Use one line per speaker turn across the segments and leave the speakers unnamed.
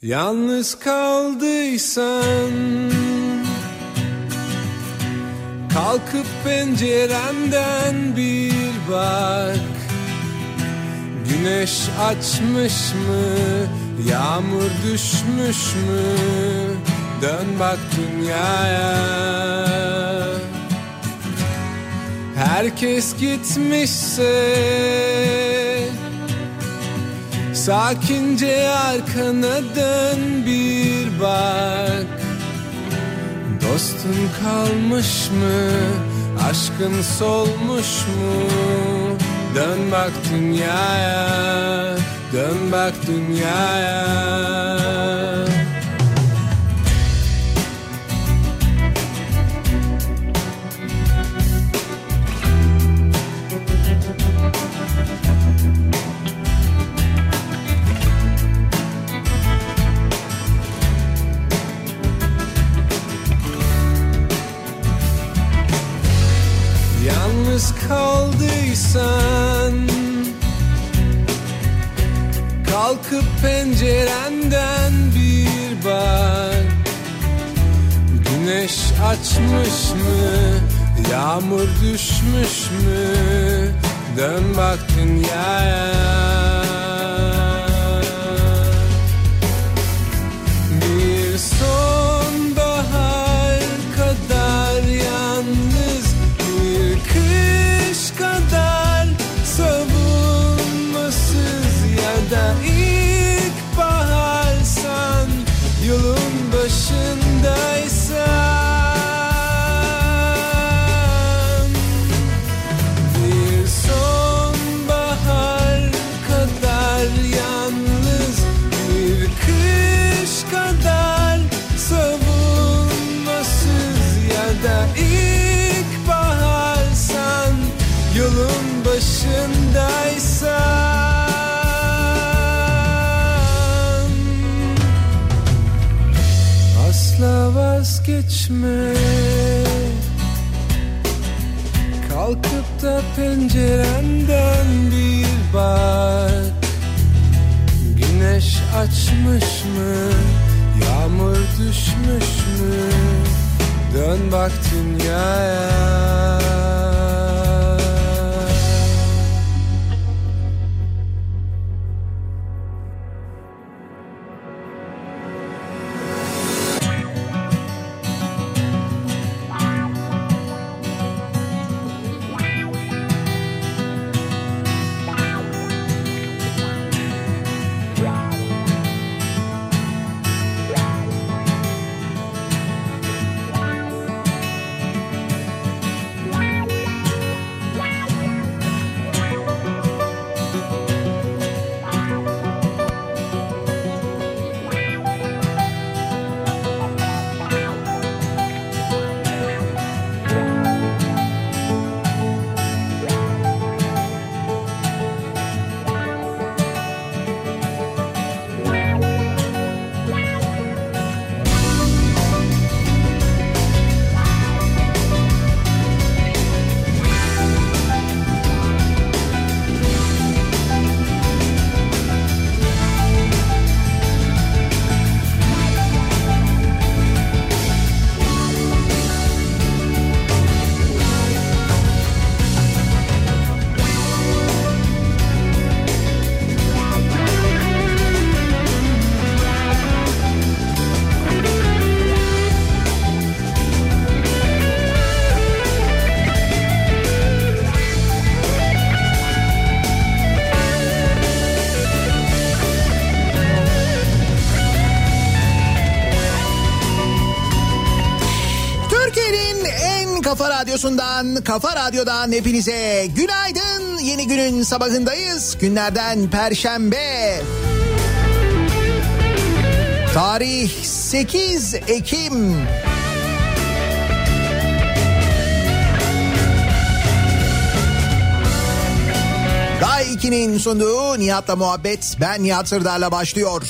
Yalnız kaldıysan kalkıp pencerenden bir bak. Güneş açmış mı, yağmur düşmüş mü? Dön bak dünyaya. Herkes gitmişse sakince arkana dön bir bak. Dostun kalmış mı, aşkın solmuş mu? Dön bak dünyaya, dön bak dünyaya. Yalnız kaldıysan kalkıp pencerenden bir bak. Güneş açmış mı, yağmur düşmüş mü? Dön bak dünyaya. Bir sonbahar kadar yalnız, bir kış kadar savunmasız, ya da ilkbaharsan, yolun başındaysan. Bir sonbahar kadar yalnız, bir kış kadar savunmasız, ya da ilkbaharsan, yolun başındaysan. Asla vazgeçme, kalkıp da pencerenden bir bak. Güneş açmış mı, yağmur düşmüş mü? Dön bak dünyaya. Kafa Radyo'dan hepinize günaydın. Yeni günün sabahındayız. Günlerden Perşembe. Tarih 8 Ekim. Day 2'nin sunduğu Nihat'la Muhabbet, ben Nihat Sırdar'la başlıyor.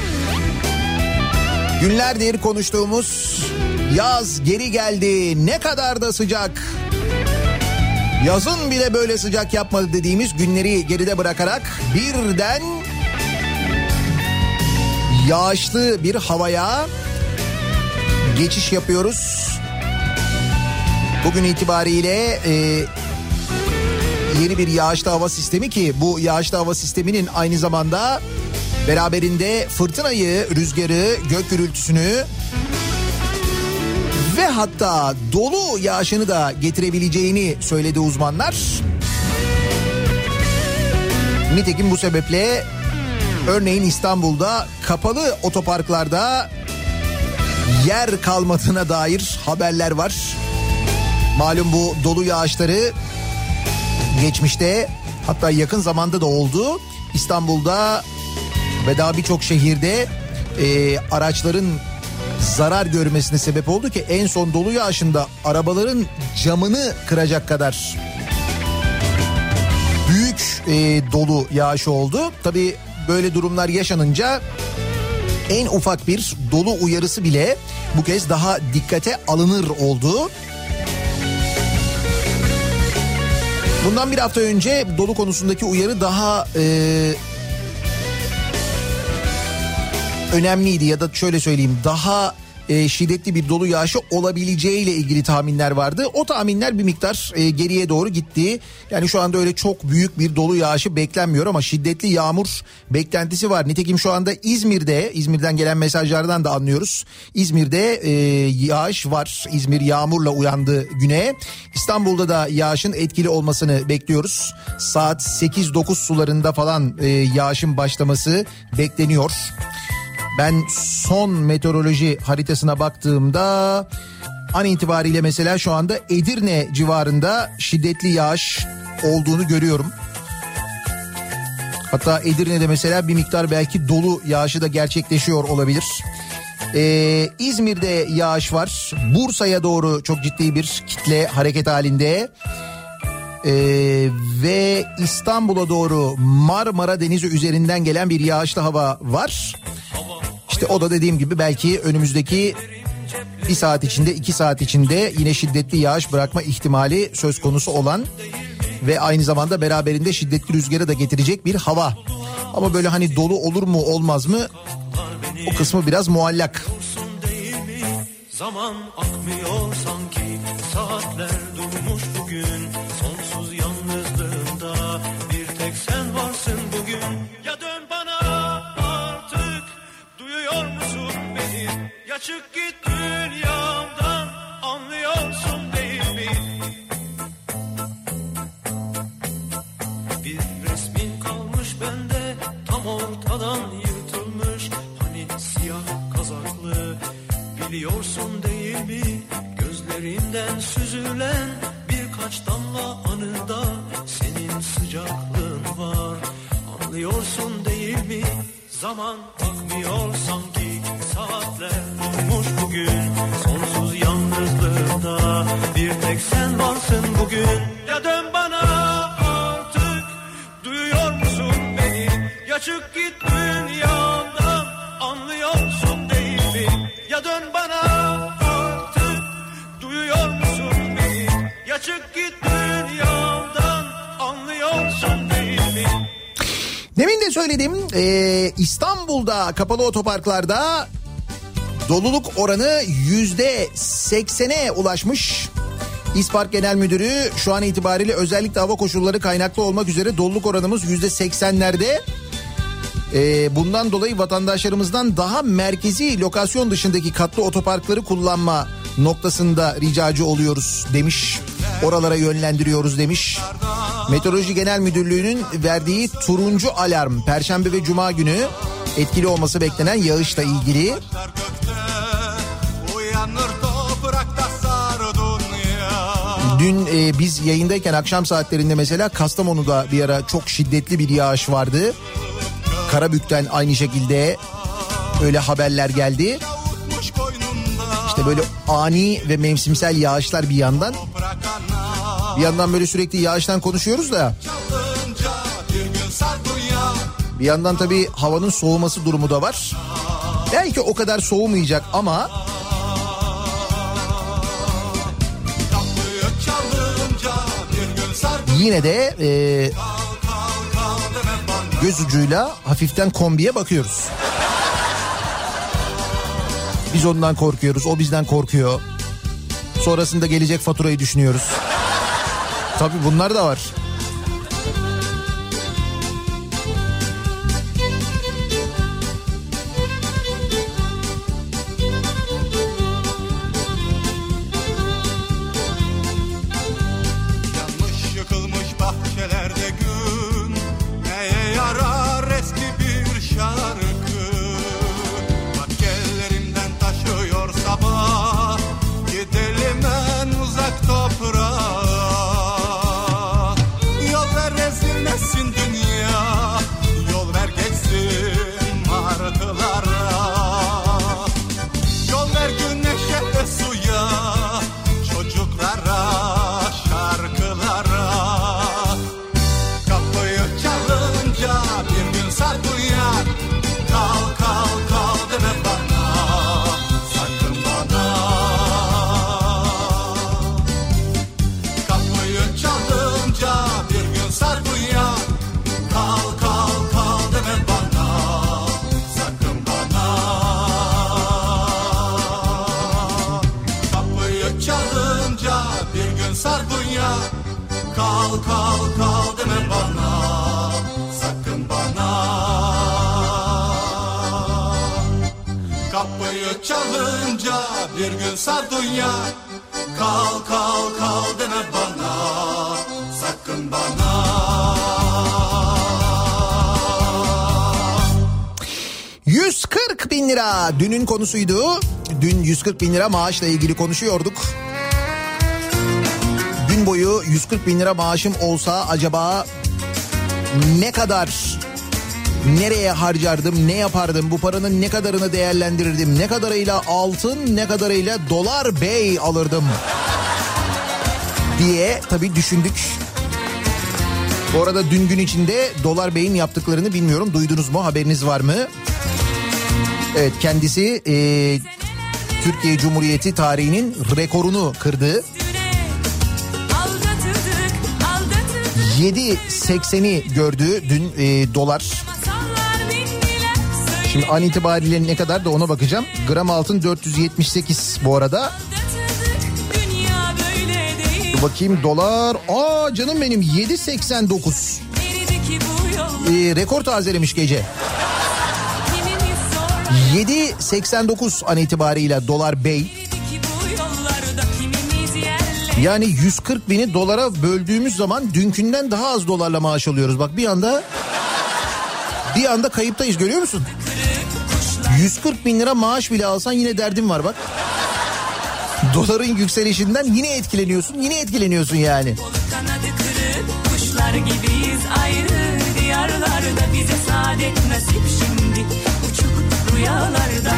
Günlerdir konuştuğumuz yaz geri geldi, ne kadar da sıcak. Yazın bile böyle sıcak yapmadı dediğimiz günleri geride bırakarak birden yağışlı bir havaya geçiş yapıyoruz. Bugün itibariyle yeni bir yağışlı hava sistemi, ki bu yağışlı hava sisteminin aynı zamanda beraberinde fırtınayı, rüzgarı, gök gürültüsünü ve hatta dolu yağışını da getirebileceğini söyledi uzmanlar. Nitekim bu sebeple örneğin İstanbul'da kapalı otoparklarda yer kalmadığına dair haberler var. Malum bu dolu yağışları geçmişte, hatta yakın zamanda da oldu. İstanbul'da ve daha birçok şehirde araçların zarar görmesine sebep oldu ki en son dolu yağışında arabaların camını kıracak kadar büyük dolu yağışı oldu. Tabii böyle durumlar yaşanınca en ufak bir dolu uyarısı bile bu kez daha dikkate alınır oldu. Bundan bir hafta önce dolu konusundaki uyarı daha önemliydi, ya da şöyle söyleyeyim, daha şiddetli bir dolu yağışı olabileceğiyle ilgili tahminler vardı. O tahminler bir miktar geriye doğru gitti. Yani şu anda öyle çok büyük bir dolu yağışı beklenmiyor ama şiddetli yağmur beklentisi var. Nitekim şu anda İzmir'den gelen mesajlardan da anlıyoruz. İzmir'de yağış var. İzmir yağmurla uyandı güne. İstanbul'da da yağışın etkili olmasını bekliyoruz. Saat 8-9 sularında falan yağışın başlaması bekleniyor. Ben son meteoroloji haritasına baktığımda an itibariyle mesela şu anda Edirne civarında şiddetli yağış olduğunu görüyorum. Hatta Edirne'de mesela bir miktar belki dolu yağışı da gerçekleşiyor olabilir. İzmir'de yağış var. Bursa'ya doğru çok ciddi bir kitle hareket halinde. Ve İstanbul'a doğru Marmara Denizi üzerinden gelen bir yağışlı hava var. İşte o da dediğim gibi belki önümüzdeki 1 saat içinde 2 saat içinde yine şiddetli yağış bırakma ihtimali söz konusu olan ve aynı zamanda beraberinde şiddetli rüzgarı da getirecek bir hava. Ama böyle hani dolu olur mu olmaz mı, o kısmı biraz muallak.
Zaman akmıyor sanki, saatler durmuş bugün, sonsuz yalnızlığımda bir tek sen varsın bugün. Ya dön bana artık, duyuyor musun beni? Ya çık git dünyamdan, anlıyorsun değil mi? Bir resmin kalmış bende, tam ortadan yırtılmış, hani siyah kazaklı. Biliyorsun değil mi, gözlerinden süzülen birkaç damla anıda senin sıcaklığın var. Anlıyorsun değil mi, zaman akmıyor sanki, saatler durmuş bugün, sonsuz yalnızlığında bir tek sen varsın bugün. Ya dön bana artık, duyuyor musun beni? Ya çık git dünyamdan, anlıyorsun değil mi? Ya dön bana artık, duyuyor musun beni? Ya çık git dünyamdan, anlıyorsun değil mi?
Demin de söyledim, İstanbul'da kapalı otoparklarda doluluk oranı %80'e ulaşmış. İSPARK Genel Müdürü şu an itibariyle özellikle hava koşulları kaynaklı olmak üzere doluluk oranımız %80'lerde. Bundan dolayı vatandaşlarımızdan daha merkezi lokasyon dışındaki katlı otoparkları kullanma noktasında ricacı oluyoruz demiş. Oralara yönlendiriyoruz demiş. Meteoroloji Genel Müdürlüğü'nün verdiği turuncu alarm Perşembe ve Cuma günü etkili olması beklenen yağışla ilgili. Dün biz yayındayken akşam saatlerinde mesela Kastamonu'da bir ara çok şiddetli bir yağış vardı. Karabük'ten aynı şekilde öyle haberler geldi. İşte böyle ani ve mevsimsel yağışlar bir yandan. Bir yandan böyle sürekli yağıştan konuşuyoruz da. Bir yandan tabii havanın soğuması durumu da var. Belki o kadar soğumayacak ama yine de göz ucuyla hafiften kombiye bakıyoruz. Biz ondan korkuyoruz, o bizden korkuyor. Sonrasında gelecek faturayı düşünüyoruz. Tabii bunlar da var.
Kal deme bana, sakın bana. Kapıyı çalınca bir gün sardunya. Kal deme bana, sakın bana.
140 bin lira dünün konusuydu. Dün 140 bin lira maaşla ilgili konuşuyorduk. Gün boyu 140 bin lira maaşım olsa acaba ne kadar, nereye harcardım, ne yapardım, bu paranın ne kadarını değerlendirirdim, ne kadarıyla altın, ne kadarıyla dolar bey alırdım diye tabii düşündük. Bu arada dün gün içinde dolar beyin yaptıklarını bilmiyorum, duydunuz mu, haberiniz var mı? Evet, kendisi Türkiye Cumhuriyeti tarihinin rekorunu kırdı. 7.80'i gördü dün dolar. Şimdi an itibariyle ne kadar da ona bakacağım. Gram altın 478 bu arada. Bakayım dolar. Aa canım benim 7.89. Rekor tazelemiş gece. 7.89 an itibariyle dolar bey. Yani 140 bini dolara böldüğümüz zaman dünkünden daha az dolarla maaş alıyoruz. Bak bir anda kayıptayız, görüyor musun? 140 bin lira maaş bile alsan yine derdin var bak. Doların yükselişinden yine etkileniyorsun yani. Kuşlar gibiyiz ayrı diyarlarda, bize saadet nasip şimdi uçuk rüyalarda.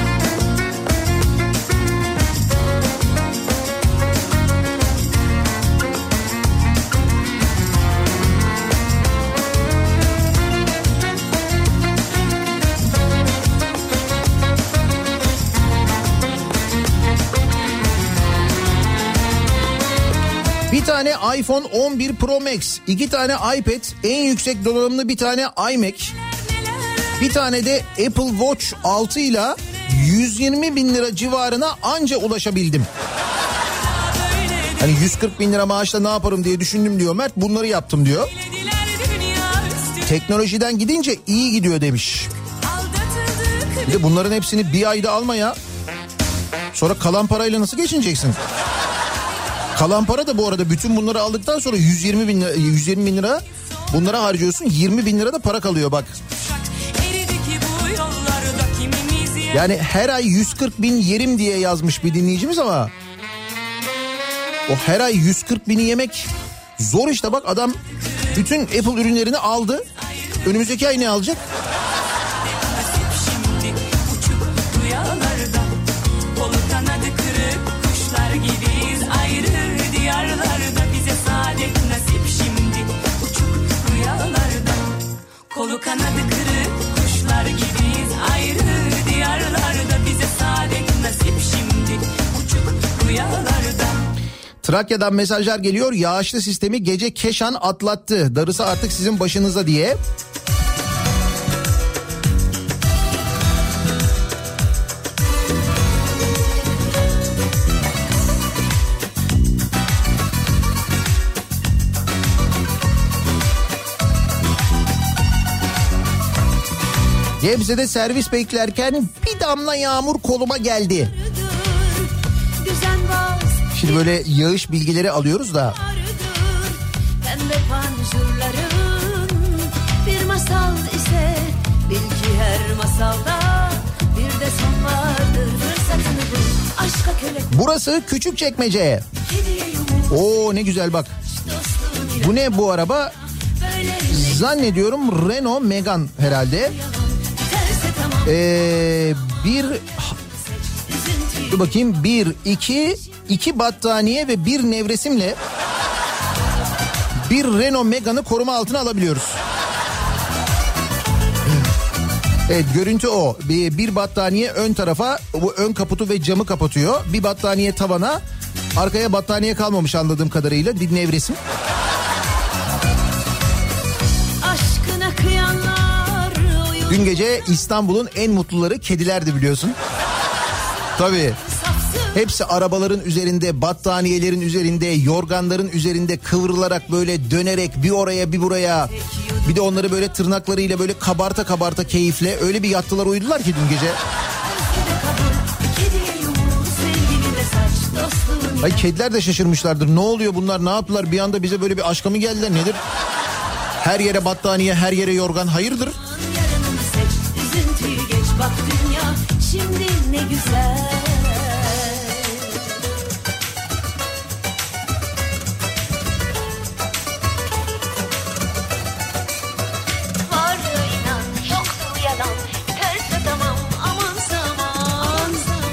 Bir tane iPhone 11 Pro Max, 2 tane iPad, en yüksek donanımlı bir tane iMac, bir tane de Apple Watch 6 ile 120 bin lira civarına anca ulaşabildim. Hani 140 bin lira maaşla ne yaparım diye düşündüm diyor Mert, bunları yaptım diyor. Teknolojiden gidince iyi gidiyor demiş. Bir de bunların hepsini bir ayda alma ya. Sonra kalan parayla nasıl geçineceksin? Kalan para da bu arada bütün bunları aldıktan sonra 120 bin lira bunlara harcıyorsun, 20 bin lira da para kalıyor bak. Yani her ay 140 bin yerim diye yazmış bir dinleyicimiz ama o her ay 140 bini yemek zor işte. Bak adam bütün Apple ürünlerini aldı, önümüzdeki ay ne alacak? Kolu kanadı kırık kuşlar gibiyiz ayrı diyarlarda, bize saadet nasip şimdi uçuk rüyalarda. Trakya'dan mesajlar geliyor, yağışlı sistemi gece Keşan atlattı, darısı artık sizin başınıza diye. Gebze'de servis beklerken bir damla yağmur koluma geldi. Şimdi böyle yağış bilgileri alıyoruz da.
Pembe panjurların bir masal ise bil ki her masalda bir de son vardır. Fırsatını bul, aşka köle.
Burası Küçükçekmece. Oo ne güzel bak. Bu ne bu araba? Zannediyorum Renault Megane herhalde. Dur bakayım, 2 battaniye ve 1 nevresimle bir Renault Megane'ı koruma altına alabiliyoruz. Evet, görüntü o. Bir battaniye ön tarafa, bu ön kaputu ve camı kapatıyor. Bir battaniye tavana, arkaya battaniye kalmamış anladığım kadarıyla, bir nevresim. Dün gece İstanbul'un en mutluları kedilerdi biliyorsun. Tabii. Hepsi arabaların üzerinde, battaniyelerin üzerinde, yorganların üzerinde kıvrılarak böyle dönerek bir oraya bir buraya. Bir de onları böyle tırnaklarıyla böyle kabarta keyifle öyle bir yattılar, uyudular ki dün gece. Ay kediler de şaşırmışlardır. Ne oluyor bunlar, ne yaptılar, bir anda bize böyle bir aşka mı geldiler, nedir? Her yere battaniye, her yere yorgan, hayırdır?
Bak dünya şimdi ne güzel. Vardı inan, yoktu yalan. Ters tamam, aman zaman.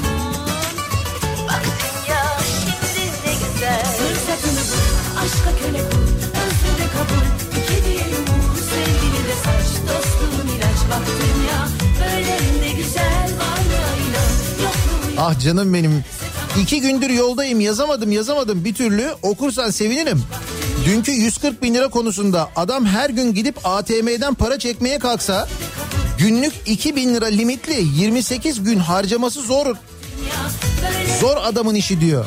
Bak dünya şimdi ne güzel. Fırsatını bul, aşka köle kul, özür de kabul. Kediye yumur, sevgini de saç, dostluğun ilaç. Bak dünya böyle ne güzel, var ya inan, yokluğu.
Ah canım benim. 2 gündür yoldayım, yazamadım bir türlü. Okursan sevinirim. Dünkü 140 bin lira konusunda adam her gün gidip ATM'den para çekmeye kalksa günlük 2 bin lira limitli 28 gün harcaması zor. Zor adamın işi diyor.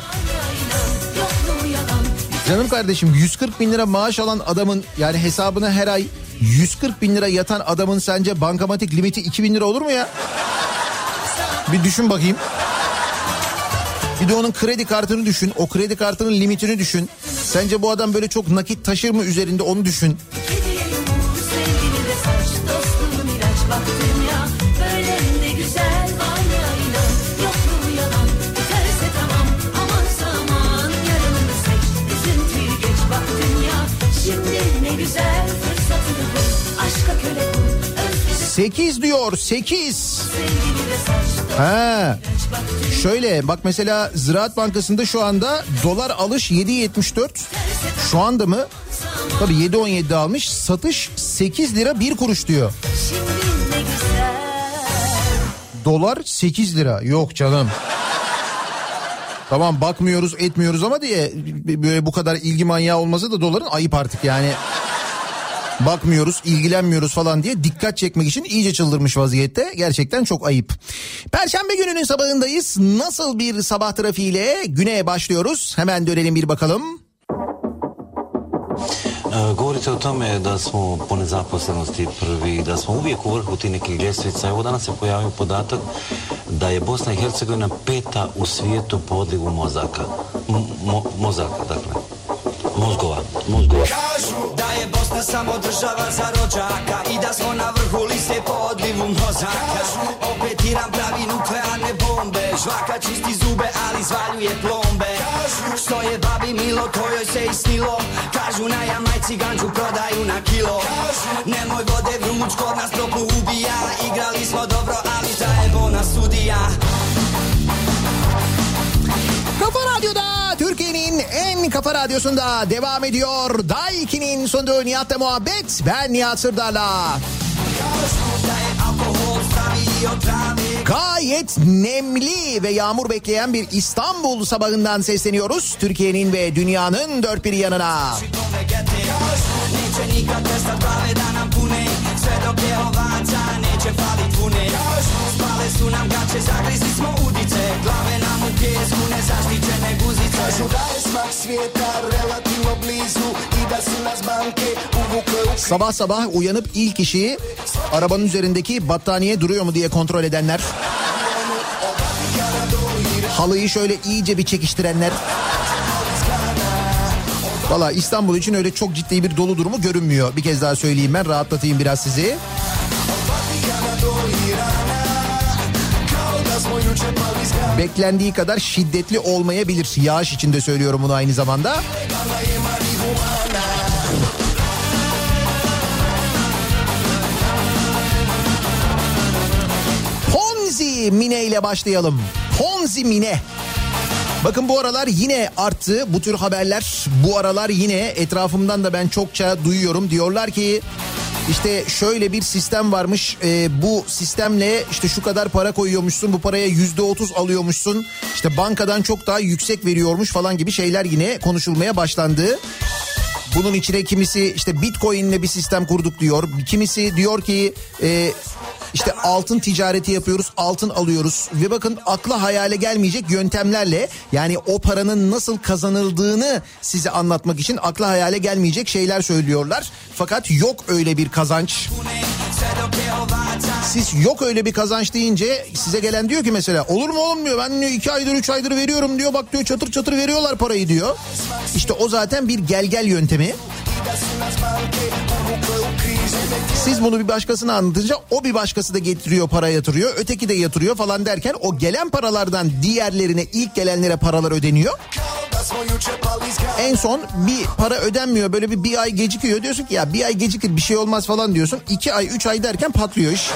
Canım kardeşim, 140 bin lira maaş alan adamın, yani hesabına her ay 140 bin lira yatan adamın sence bankamatik limiti 2 bin lira olur mu ya? Bir düşün bakayım. Bir de onun kredi kartını düşün. O kredi kartının limitini düşün. Sence bu adam böyle çok nakit taşır mı üzerinde, onu düşün. 8 diyor, 8. Ha. Şöyle bak, mesela Ziraat Bankası'nda şu anda dolar alış 7.74. Şu anda mı? Tabii 7.17 almış. Satış 8 lira 1 kuruş diyor. Dolar 8 lira. Yok canım. Tamam bakmıyoruz etmiyoruz ama diye böyle bu kadar ilgi manyağı olmasa da doların, ayıp artık yani. Bakmıyoruz, ilgilenmiyoruz falan diye dikkat çekmek için iyice çıldırmış vaziyette. Gerçekten çok ayıp. Perşembe gününün sabahındayız. Nasıl bir sabah trafiğiyle güne başlıyoruz? Hemen dönelim bir bakalım.
Govorite o tome da smo po nezaposlenosti prvi, da smo uvijek u vrhu tih nekih ljestvica. Evo danas se pojavio podatak da je Bosna i Hercegovina 5. u svijetu po odlivu mozaka. Mozaka, dakle. Mozgova.
Kažu da je Bosna samo država za rođaka i da smo na vrhu liste po odlivu mozaka. Opet Iran pravi nuklearne bombe, žvaka čisti zube ali zvaljuje plombe. Što je babi milo, to joj se isnilo, kažu na Jamajci ganđu prodaju na kilo. Nemoj vode vruć, kod nas toplu ubija, igrali smo dobro ali ta je bona sudija.
Kafa Radyo'da, Türkiye'nin en kafa radyosunda devam ediyor. Daiki'nin sunduğu Nihat'la muhabbet. Ben Nihat Sırdar'la. Gayet nemli ve yağmur bekleyen bir İstanbul sabahından sesleniyoruz. Türkiye'nin ve dünyanın dört bir yanına.
Kažu da je smak
Sabah sabah uyanıp ilk işi arabanın üzerindeki battaniye duruyor mu diye kontrol edenler. Halıyı şöyle iyice bir çekiştirenler. Valla İstanbul için öyle çok ciddi bir dolu durumu görünmüyor. Bir kez daha söyleyeyim, ben rahatlatayım biraz sizi. Beklendiği kadar şiddetli olmayabilir. Yağış için de söylüyorum bunu aynı zamanda. Ponzi Mine ile başlayalım. Ponzi Mine. Bakın bu aralar yine arttı bu tür haberler. Bu aralar yine etrafımdan da ben çokça duyuyorum. Diyorlar ki işte şöyle bir sistem varmış. Bu sistemle işte şu kadar para koyuyormuşsun. Bu paraya %30 alıyormuşsun. İşte bankadan çok daha yüksek veriyormuş falan gibi şeyler yine konuşulmaya başlandı. Bunun içine kimisi işte Bitcoin'le bir sistem kurduk diyor. Kimisi diyor ki işte altın ticareti yapıyoruz, altın alıyoruz. Ve bakın akla hayale gelmeyecek yöntemlerle, yani o paranın nasıl kazanıldığını size anlatmak için akla hayale gelmeyecek şeyler söylüyorlar. Fakat yok öyle bir kazanç. Siz yok öyle bir kazanç deyince size gelen diyor ki mesela olur mu oğlum diyor, ben diyor 2 aydır 3 aydır veriyorum diyor, bak diyor çatır çatır veriyorlar parayı diyor. İşte o zaten bir gel yöntemi. Siz bunu bir başkasına anlatınca o bir başkası da getiriyor, para yatırıyor, öteki de yatırıyor falan derken o gelen paralardan diğerlerine, ilk gelenlere paralar ödeniyor. En son bir para ödenmiyor, böyle bir ay gecikiyor, diyorsun ki ya bir ay gecikir bir şey olmaz falan diyorsun. 2 ay 3 ay derken patlıyor iş.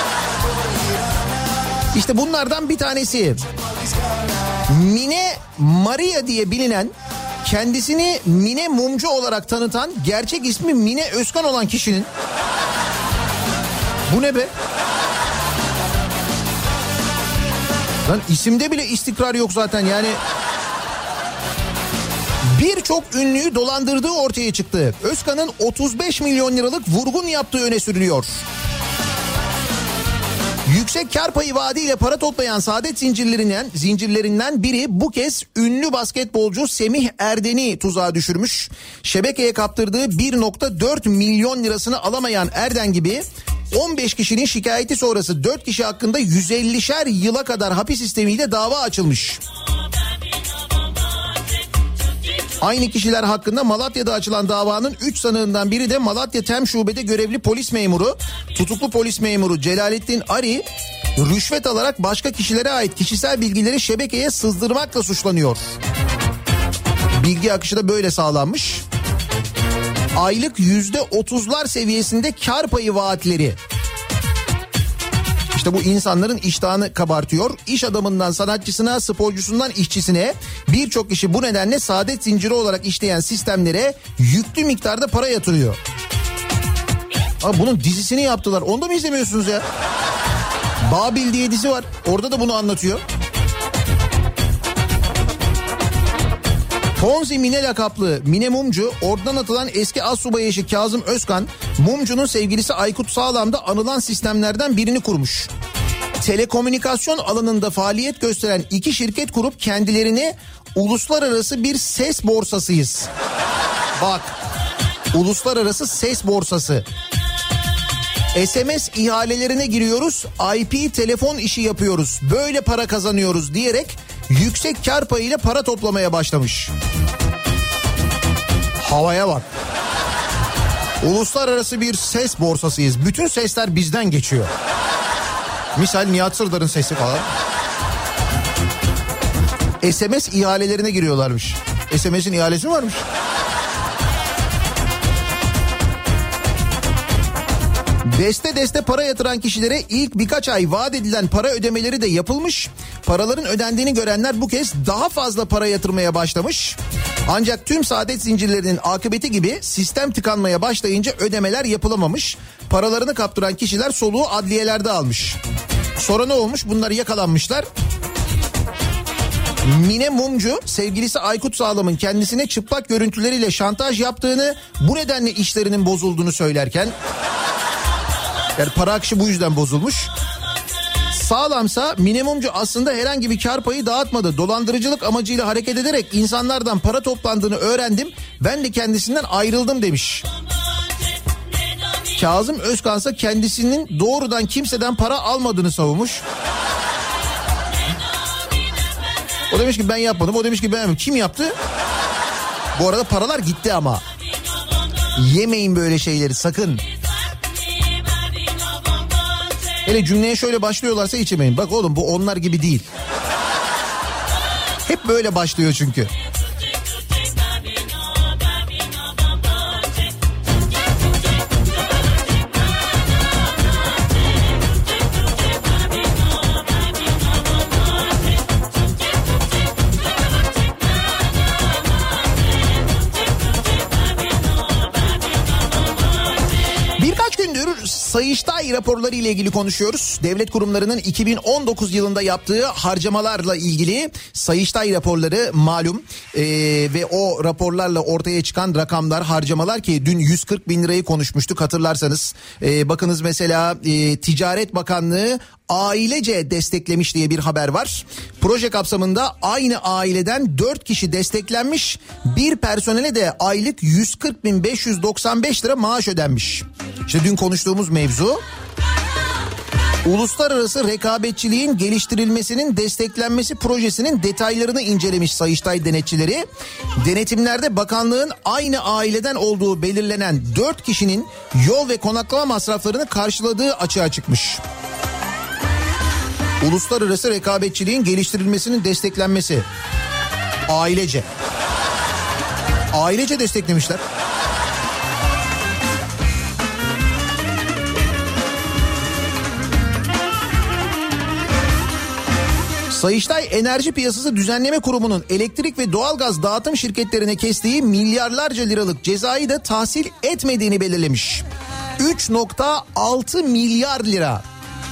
İşte bunlardan bir tanesi Mine Maria diye bilinen, kendisini Mine Mumcu olarak tanıtan, gerçek ismi Mine Özkan olan kişinin... Bu ne be? Lan isimde bile istikrar yok zaten yani. Birçok ünlüyü dolandırdığı ortaya çıktı. Özkan'ın 35 milyon liralık vurgun yaptığı öne sürülüyor. Yüksek kar payı vaadiyle para toplayan saadet zincirlerinden biri bu kez ünlü basketbolcu Semih Erden'i tuzağa düşürmüş. Şebekeye kaptırdığı 1.4 milyon lirasını alamayan Erden gibi 15 kişinin şikayeti sonrası 4 kişi hakkında 150'şer yıla kadar hapis sistemiyle dava açılmış. Aynı kişiler hakkında Malatya'da açılan davanın 3 sanığından biri de Malatya Tem Şube'de görevli polis memuru, tutuklu polis memuru Celalettin Ari, rüşvet alarak başka kişilere ait kişisel bilgileri şebekeye sızdırmakla suçlanıyor. Bilgi akışı da böyle sağlanmış. Aylık %30'lar seviyesinde kar payı vaatleri. İşte bu insanların iştahını kabartıyor. İş adamından sanatçısına, sporcusundan işçisine birçok kişi bu nedenle saadet zinciri olarak işleyen sistemlere yüklü miktarda para yatırıyor. Abi bunun dizisini yaptılar. Onu da mı izlemiyorsunuz ya? Babil diye dizi var. Orada da bunu anlatıyor. Ponzi Mine lakaplı Mine Mumcu, oradan atılan eski assubay eşi Kazım Özkan, Mumcu'nun sevgilisi Aykut Sağlam'da anılan sistemlerden birini kurmuş. Telekomünikasyon alanında faaliyet gösteren iki şirket kurup kendilerini uluslararası bir ses borsasıyız. Bak, uluslararası ses borsası. SMS ihalelerine giriyoruz, IP telefon işi yapıyoruz, böyle para kazanıyoruz diyerek yüksek kar payıyla para toplamaya başlamış. Havaya bak. Uluslararası bir ses borsasıyız. Bütün sesler bizden geçiyor. Misal Nihat Sırdar'ın sesi falan. SMS ihalelerine giriyorlarmış. SMS'in ihalesi mi varmış? Deste para yatıran kişilere ilk birkaç ay vaat edilen para ödemeleri de yapılmış. Paraların ödendiğini görenler bu kez daha fazla para yatırmaya başlamış. Ancak tüm saadet zincirlerinin akıbeti gibi sistem tıkanmaya başlayınca ödemeler yapılamamış. Paralarını kaptıran kişiler soluğu adliyelerde almış. Sonra ne olmuş? Bunlar yakalanmışlar. Mine Mumcu sevgilisi Aykut Sağlam'ın kendisine çıplak görüntüleriyle şantaj yaptığını, bu nedenle işlerinin bozulduğunu söylerken, yani para akışı bu yüzden bozulmuş. Sağlamsa minimumcu aslında herhangi bir kar payı dağıtmadı. Dolandırıcılık amacıyla hareket ederek insanlardan para toplandığını öğrendim. Ben de kendisinden ayrıldım demiş. Kazım Özkansa kendisinin doğrudan kimseden para almadığını savunmuş. O demiş ki ben yapmadım, o demiş ki ben yapmadım. Kim yaptı? Bu arada paralar gitti ama. Yemeyin böyle şeyleri sakın. Hele cümleye şöyle başlıyorlarsa hiç yemeyin. Bak oğlum bu onlar gibi değil. Hep böyle başlıyor çünkü. Sayıştay raporları ile ilgili konuşuyoruz. Devlet kurumlarının 2019 yılında yaptığı harcamalarla ilgili Sayıştay raporları malum ve o raporlarla ortaya çıkan rakamlar, harcamalar ki dün 140 bin lirayı konuşmuştuk hatırlarsanız. Bakınız mesela Ticaret Bakanlığı ailece desteklemiş diye bir haber var. Proje kapsamında aynı aileden 4 kişi desteklenmiş. Bir personele de aylık 140.595 lira maaş ödenmiş. İşte dün konuştuğumuz mevzu. Uluslararası rekabetçiliğin geliştirilmesinin desteklenmesi projesinin detaylarını incelemiş Sayıştay denetçileri. Denetimlerde bakanlığın aynı aileden olduğu belirlenen 4 kişinin yol ve konaklama masraflarını karşıladığı açığa çıkmış. Uluslararası rekabetçiliğin geliştirilmesinin desteklenmesi. Ailece. Ailece desteklemişler. Sayıştay Enerji Piyasası Düzenleme Kurumu'nun elektrik ve doğalgaz dağıtım şirketlerine kestiği milyarlarca liralık cezayı da tahsil etmediğini belirlemiş. 3.6 milyar lira.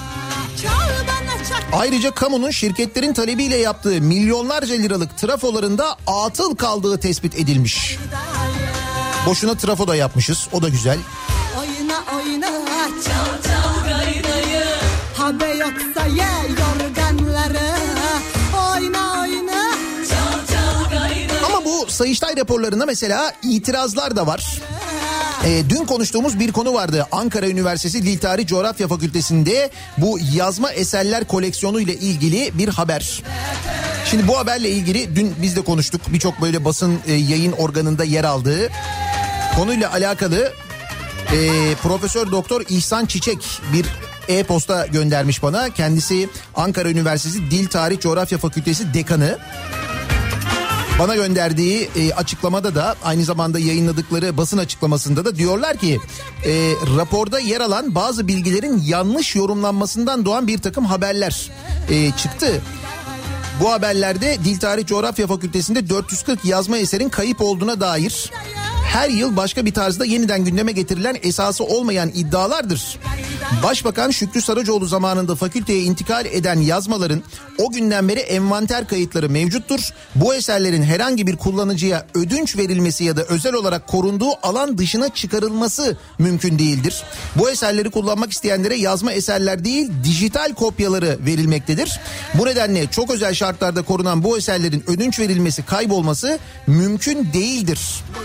Ayrıca kamunun şirketlerin talebiyle yaptığı milyonlarca liralık trafolarında atıl kaldığı tespit edilmiş. Boşuna trafo da yapmışız, o da güzel.
Oyna oyna çal çal gaydayı, habe yoksa ye yorganları. Oyna oyna çal çal gaydayı.
Ama bu Sayıştay raporlarında mesela itirazlar da var. Dün konuştuğumuz bir konu vardı. Ankara Üniversitesi Dil Tarih Coğrafya Fakültesi'nde bu yazma eserler koleksiyonu ile ilgili bir haber. Şimdi bu haberle ilgili dün biz de konuştuk. Birçok böyle basın yayın organında yer aldığı konuyla alakalı Profesör Doktor İhsan Çiçek bir e-posta göndermiş bana. Kendisi Ankara Üniversitesi Dil Tarih Coğrafya Fakültesi Dekanı. Bana gönderdiği açıklamada da aynı zamanda yayınladıkları basın açıklamasında da diyorlar ki raporda yer alan bazı bilgilerin yanlış yorumlanmasından doğan bir takım haberler çıktı. Bu haberlerde Dil Tarih Coğrafya Fakültesi'nde 440 yazma eserin kayıp olduğuna dair her yıl başka bir tarzda yeniden gündeme getirilen esası olmayan iddialardır. Başbakan Şükrü Saracoğlu zamanında fakülteye intikal eden yazmaların o günden beri envanter kayıtları mevcuttur. Bu eserlerin herhangi bir kullanıcıya ödünç verilmesi ya da özel olarak korunduğu alan dışına çıkarılması mümkün değildir. Bu eserleri kullanmak isteyenlere yazma eserler değil, dijital kopyaları verilmektedir. Bu nedenle çok özel şartlarda korunan bu eserlerin ödünç verilmesi, kaybolması mümkün değildir.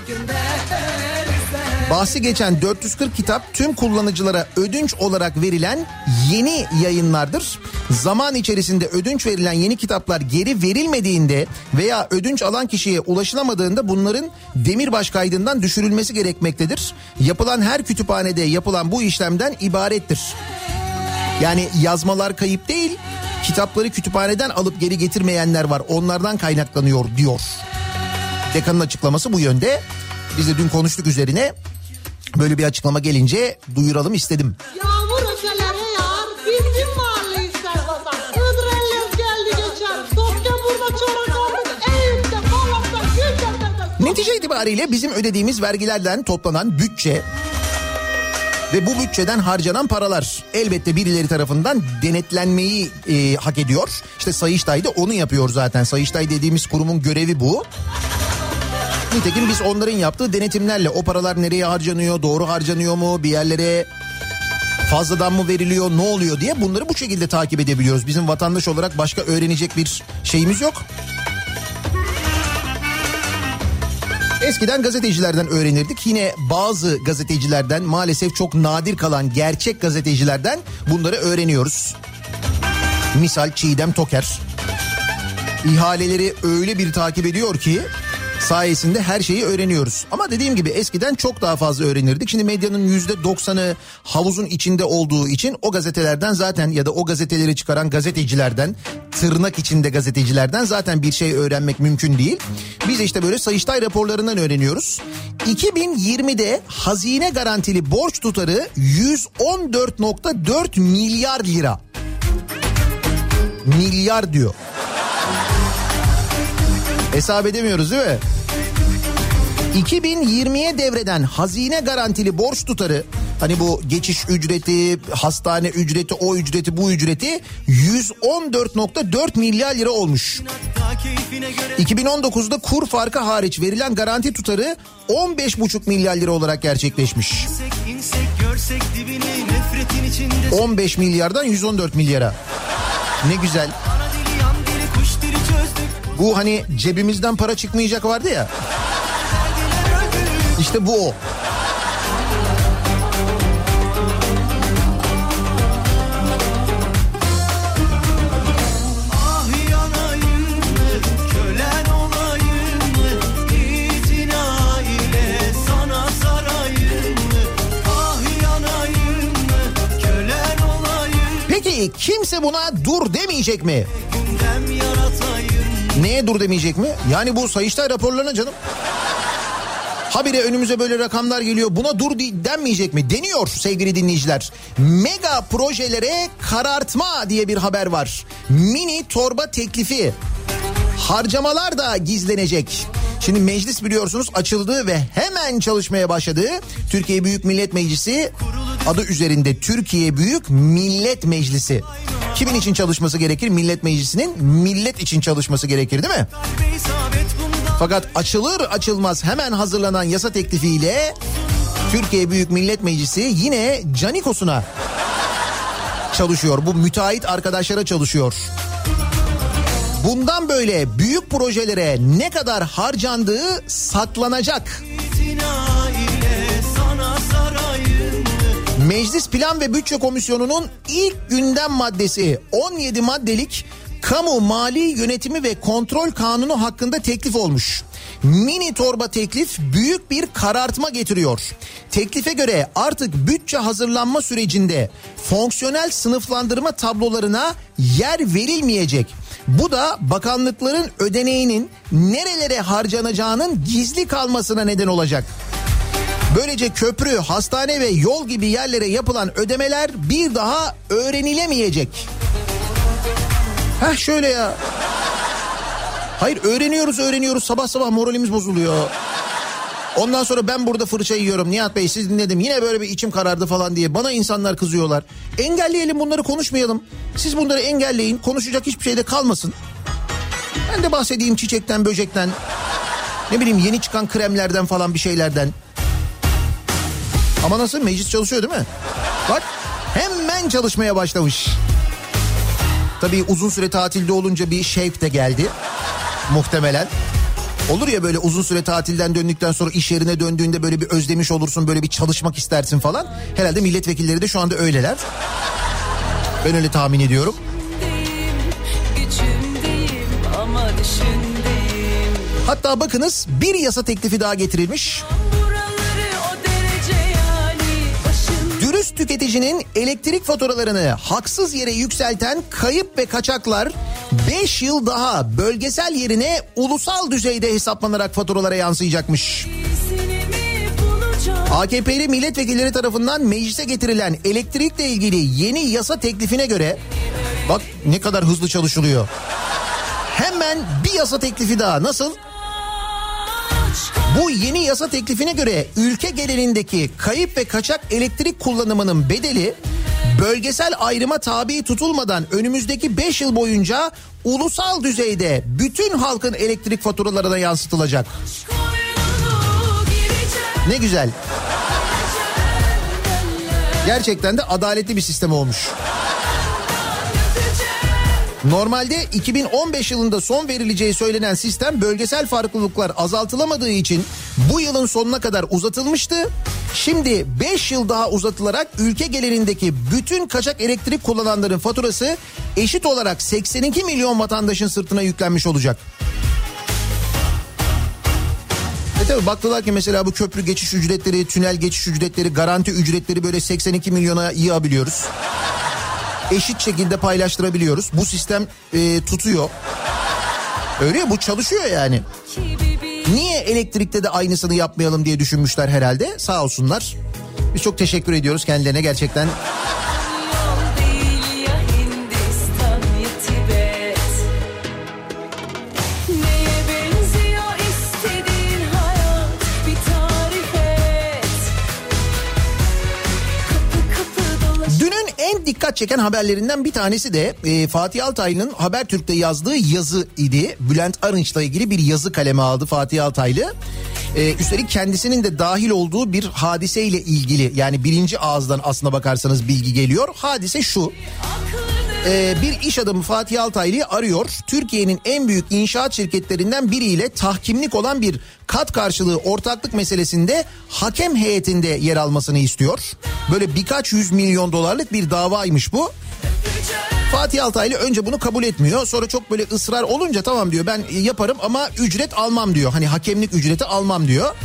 Bahsi geçen 440 kitap tüm kullanıcılara ödünç olarak verilen yeni yayınlardır. Zaman içerisinde ödünç verilen yeni kitaplar geri verilmediğinde veya ödünç alan kişiye ulaşılamadığında bunların demirbaş kaydından düşürülmesi gerekmektedir. Yapılan her kütüphanede yapılan bu işlemden ibarettir. Yani yazmalar kayıp değil, kitapları kütüphaneden alıp geri getirmeyenler var, onlardan kaynaklanıyor diyor. Dekanın açıklaması bu yönde. Biz de dün konuştuk üzerine. Böyle bir açıklama gelince duyuralım istedim.
Yağmur öfelere yağar, bildim mahalleyi servatan. Hıdrellez geldi geçer, Sofya burada çorak aldık, Eyüp'te, Malat'ta, Gültepe'de.
Netice itibariyle bizim ödediğimiz vergilerden toplanan bütçe ve bu bütçeden harcanan paralar elbette birileri tarafından denetlenmeyi hak ediyor. İşte Sayıştay da onu yapıyor zaten. Sayıştay dediğimiz kurumun görevi bu. Nitekim biz onların yaptığı denetimlerle o paralar nereye harcanıyor, doğru harcanıyor mu, bir yerlere Fazladan mı veriliyor, ne oluyor diye bunları bu şekilde takip edebiliyoruz. Bizim vatandaş olarak başka öğrenecek bir şeyimiz yok. Eskiden gazetecilerden öğrenirdik. Yine bazı gazetecilerden, maalesef çok nadir kalan gerçek gazetecilerden bunları öğreniyoruz. Misal Çiğdem Toker. İhaleleri öyle bir takip ediyor ki sayesinde her şeyi öğreniyoruz. Ama dediğim gibi eskiden çok daha fazla öğrenirdik. Şimdi medyanın %90'ı havuzun içinde olduğu için o gazetelerden zaten, ya da o gazeteleri çıkaran gazetecilerden, tırnak içinde gazetecilerden zaten bir şey öğrenmek mümkün değil. Biz işte böyle Sayıştay raporlarından öğreniyoruz. 2020'de hazine garantili borç tutarı 114.4 milyar lira. Milyar diyor. Hesap edemiyoruz değil mi? 2020'ye devreden hazine garantili borç tutarı, hani bu geçiş ücreti, hastane ücreti, o ücreti, bu ücreti 114.4 milyar lira olmuş. 2019'da kur farkı hariç verilen garanti tutarı 15,5 milyar lira olarak gerçekleşmiş. 15 milyardan 114 milyara. Ne güzel. Bu hani cebimizden para çıkmayacak vardı ya. İşte bu o. Peki kimse buna dur demeyecek mi? Neye dur demeyecek mi? Yani bu Sayıştay raporlarına canım. Habire önümüze böyle rakamlar geliyor. Buna dur denmeyecek mi? Deniyor sevgili dinleyiciler. Mega projelere karartma diye bir haber var. Mini torba teklifi. Harcamalar da gizlenecek. Şimdi meclis biliyorsunuz açıldı ve hemen çalışmaya başladı. Türkiye Büyük Millet Meclisi adı üzerinde Türkiye Büyük Millet Meclisi. Kimin için çalışması gerekir? Millet Meclisi'nin millet için çalışması gerekir değil mi? Fakat açılır açılmaz hemen hazırlanan yasa teklifiyle Türkiye Büyük Millet Meclisi yine canikosuna çalışıyor. Bu müteahhit arkadaşlara çalışıyor. Bundan böyle büyük projelere ne kadar harcandığı saklanacak. Meclis Plan ve Bütçe Komisyonu'nun ilk gündem maddesi 17 maddelik Kamu Mali Yönetimi ve Kontrol Kanunu hakkında teklif olmuş. Mini torba teklif büyük bir karartma getiriyor. Teklife göre artık bütçe hazırlanma sürecinde fonksiyonel sınıflandırma tablolarına yer verilmeyecek. Bu da bakanlıkların ödeneğinin nerelere harcanacağının gizli kalmasına neden olacak. Böylece köprü, hastane ve yol gibi yerlere yapılan ödemeler bir daha öğrenilemeyecek. Heh şöyle ya. Hayır öğreniyoruz sabah sabah moralimiz bozuluyor. Ondan sonra ben burada fırça yiyorum. Nihat Bey siz dinledim yine böyle bir içim karardı falan diye bana insanlar kızıyorlar. Engelleyelim bunları, konuşmayalım. Siz bunları engelleyin, konuşacak hiçbir şey de kalmasın. Ben de bahsedeyim çiçekten, böcekten. Ne bileyim yeni çıkan kremlerden falan bir şeylerden. Ama nasıl, meclis çalışıyor değil mi? Bak hemen çalışmaya başlamış. Tabii uzun süre tatilde olunca bir şevk de geldi muhtemelen. Olur ya böyle uzun süre tatilden döndükten sonra iş yerine döndüğünde böyle bir özlemiş olursun, böyle bir çalışmak istersin falan. Herhalde milletvekilleri de şu anda öyleler. Ben öyle tahmin ediyorum. Hatta bakınız bir yasa teklifi daha getirilmiş. Dürüst tüketicinin elektrik faturalarını haksız yere yükselten kayıp ve kaçaklar 5 yıl daha bölgesel yerine ulusal düzeyde hesaplanarak faturalara yansıyacakmış. AKP'li milletvekilleri tarafından meclise getirilen elektrikle ilgili yeni yasa teklifine göre, bak ne kadar hızlı çalışılıyor. Hemen bir yasa teklifi daha. Nasıl? Bu yeni yasa teklifine göre ülke genelindeki kayıp ve kaçak elektrik kullanımının bedeli bölgesel ayrıma tabi tutulmadan önümüzdeki 5 yıl boyunca ulusal düzeyde bütün halkın elektrik faturalarına yansıtılacak. Ne güzel. Gerçekten de adaletli bir sistem olmuş. Normalde 2015 yılında son verileceği söylenen sistem bölgesel farklılıklar azaltılamadığı için bu yılın sonuna kadar uzatılmıştı. Şimdi 5 yıl daha uzatılarak ülke genelindeki bütün kaçak elektrik kullananların faturası eşit olarak 82 milyon vatandaşın sırtına yüklenmiş olacak. Tabii baktılar ki mesela bu köprü geçiş ücretleri, tünel geçiş ücretleri, garanti ücretleri böyle 82 milyona yığabiliyoruz. Eşit şekilde paylaştırabiliyoruz. Bu sistem tutuyor. Öyle ya, bu çalışıyor yani. Niye elektrikte de aynısını yapmayalım diye düşünmüşler herhalde. Sağ olsunlar. Biz çok teşekkür ediyoruz kendilerine gerçekten. Dikkat çeken haberlerinden bir tanesi de Fatih Altaylı'nın Habertürk'te yazdığı yazı idi. Bülent Arınç'la ilgili bir yazı kaleme aldı Fatih Altaylı. Üstelik kendisinin de dahil olduğu bir hadiseyle ilgili, yani birinci ağızdan aslına bakarsanız bilgi geliyor. Hadise şu: bir iş adamı Fatih Altaylı'yı arıyor. Türkiye'nin en büyük inşaat şirketlerinden biriyle tahkimlik olan bir kat karşılığı ortaklık meselesinde hakem heyetinde yer almasını istiyor. Böyle birkaç 100 milyon dolarlık bir davaymış bu. Fatih Altaylı önce bunu kabul etmiyor. Sonra çok böyle ısrar olunca tamam diyor, ben yaparım ama ücret almam diyor. Hani hakemlik ücreti almam diyor.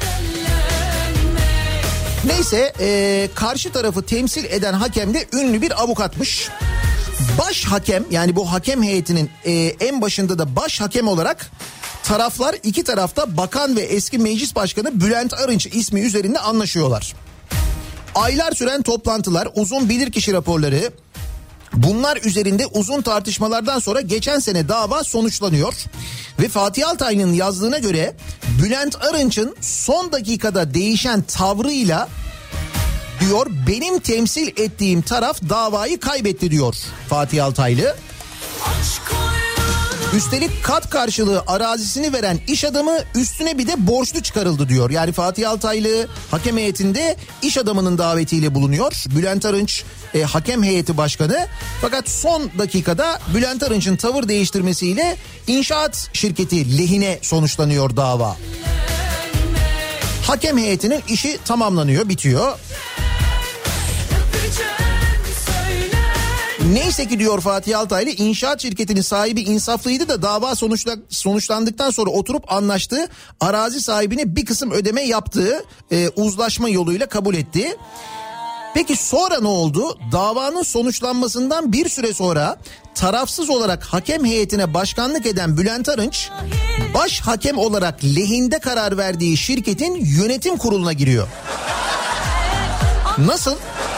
Neyse karşı tarafı temsil eden hakem de ünlü bir avukatmış. Baş hakem, yani bu hakem heyetinin en başında da baş hakem olarak taraflar, iki tarafta bakan ve eski meclis başkanı Bülent Arınç ismi üzerinde anlaşıyorlar. Aylar süren toplantılar, uzun bilirkişi raporları, bunlar üzerinde uzun tartışmalardan sonra geçen sene dava sonuçlanıyor. Ve Fatih Altaylı'nın yazdığına göre Bülent Arınç'ın son dakikada değişen tavrıyla diyor, benim temsil ettiğim taraf davayı kaybetti diyor Fatih Altaylı. Üstelik kat karşılığı arazisini veren iş adamı üstüne bir de borçlu çıkarıldı diyor. Yani Fatih Altaylı hakem heyetinde iş adamının davetiyle bulunuyor. Bülent Arınç hakem heyeti başkanı. Fakat son dakikada Bülent Arınç'ın tavır değiştirmesiyle inşaat şirketi lehine sonuçlanıyor dava. Hakem heyetinin işi tamamlanıyor, bitiyor. Neyse ki diyor Fatih Altaylı, inşaat şirketinin sahibi insaflıydı da dava sonuçlandıktan sonra oturup anlaştı. Arazi sahibine bir kısım ödeme yaptığı uzlaşma yoluyla kabul etti. Peki sonra ne oldu? Davanın sonuçlanmasından bir süre sonra tarafsız olarak hakem heyetine başkanlık eden Bülent Arınç, baş hakem olarak lehinde karar verdiği şirketin yönetim kuruluna giriyor. Nasıl?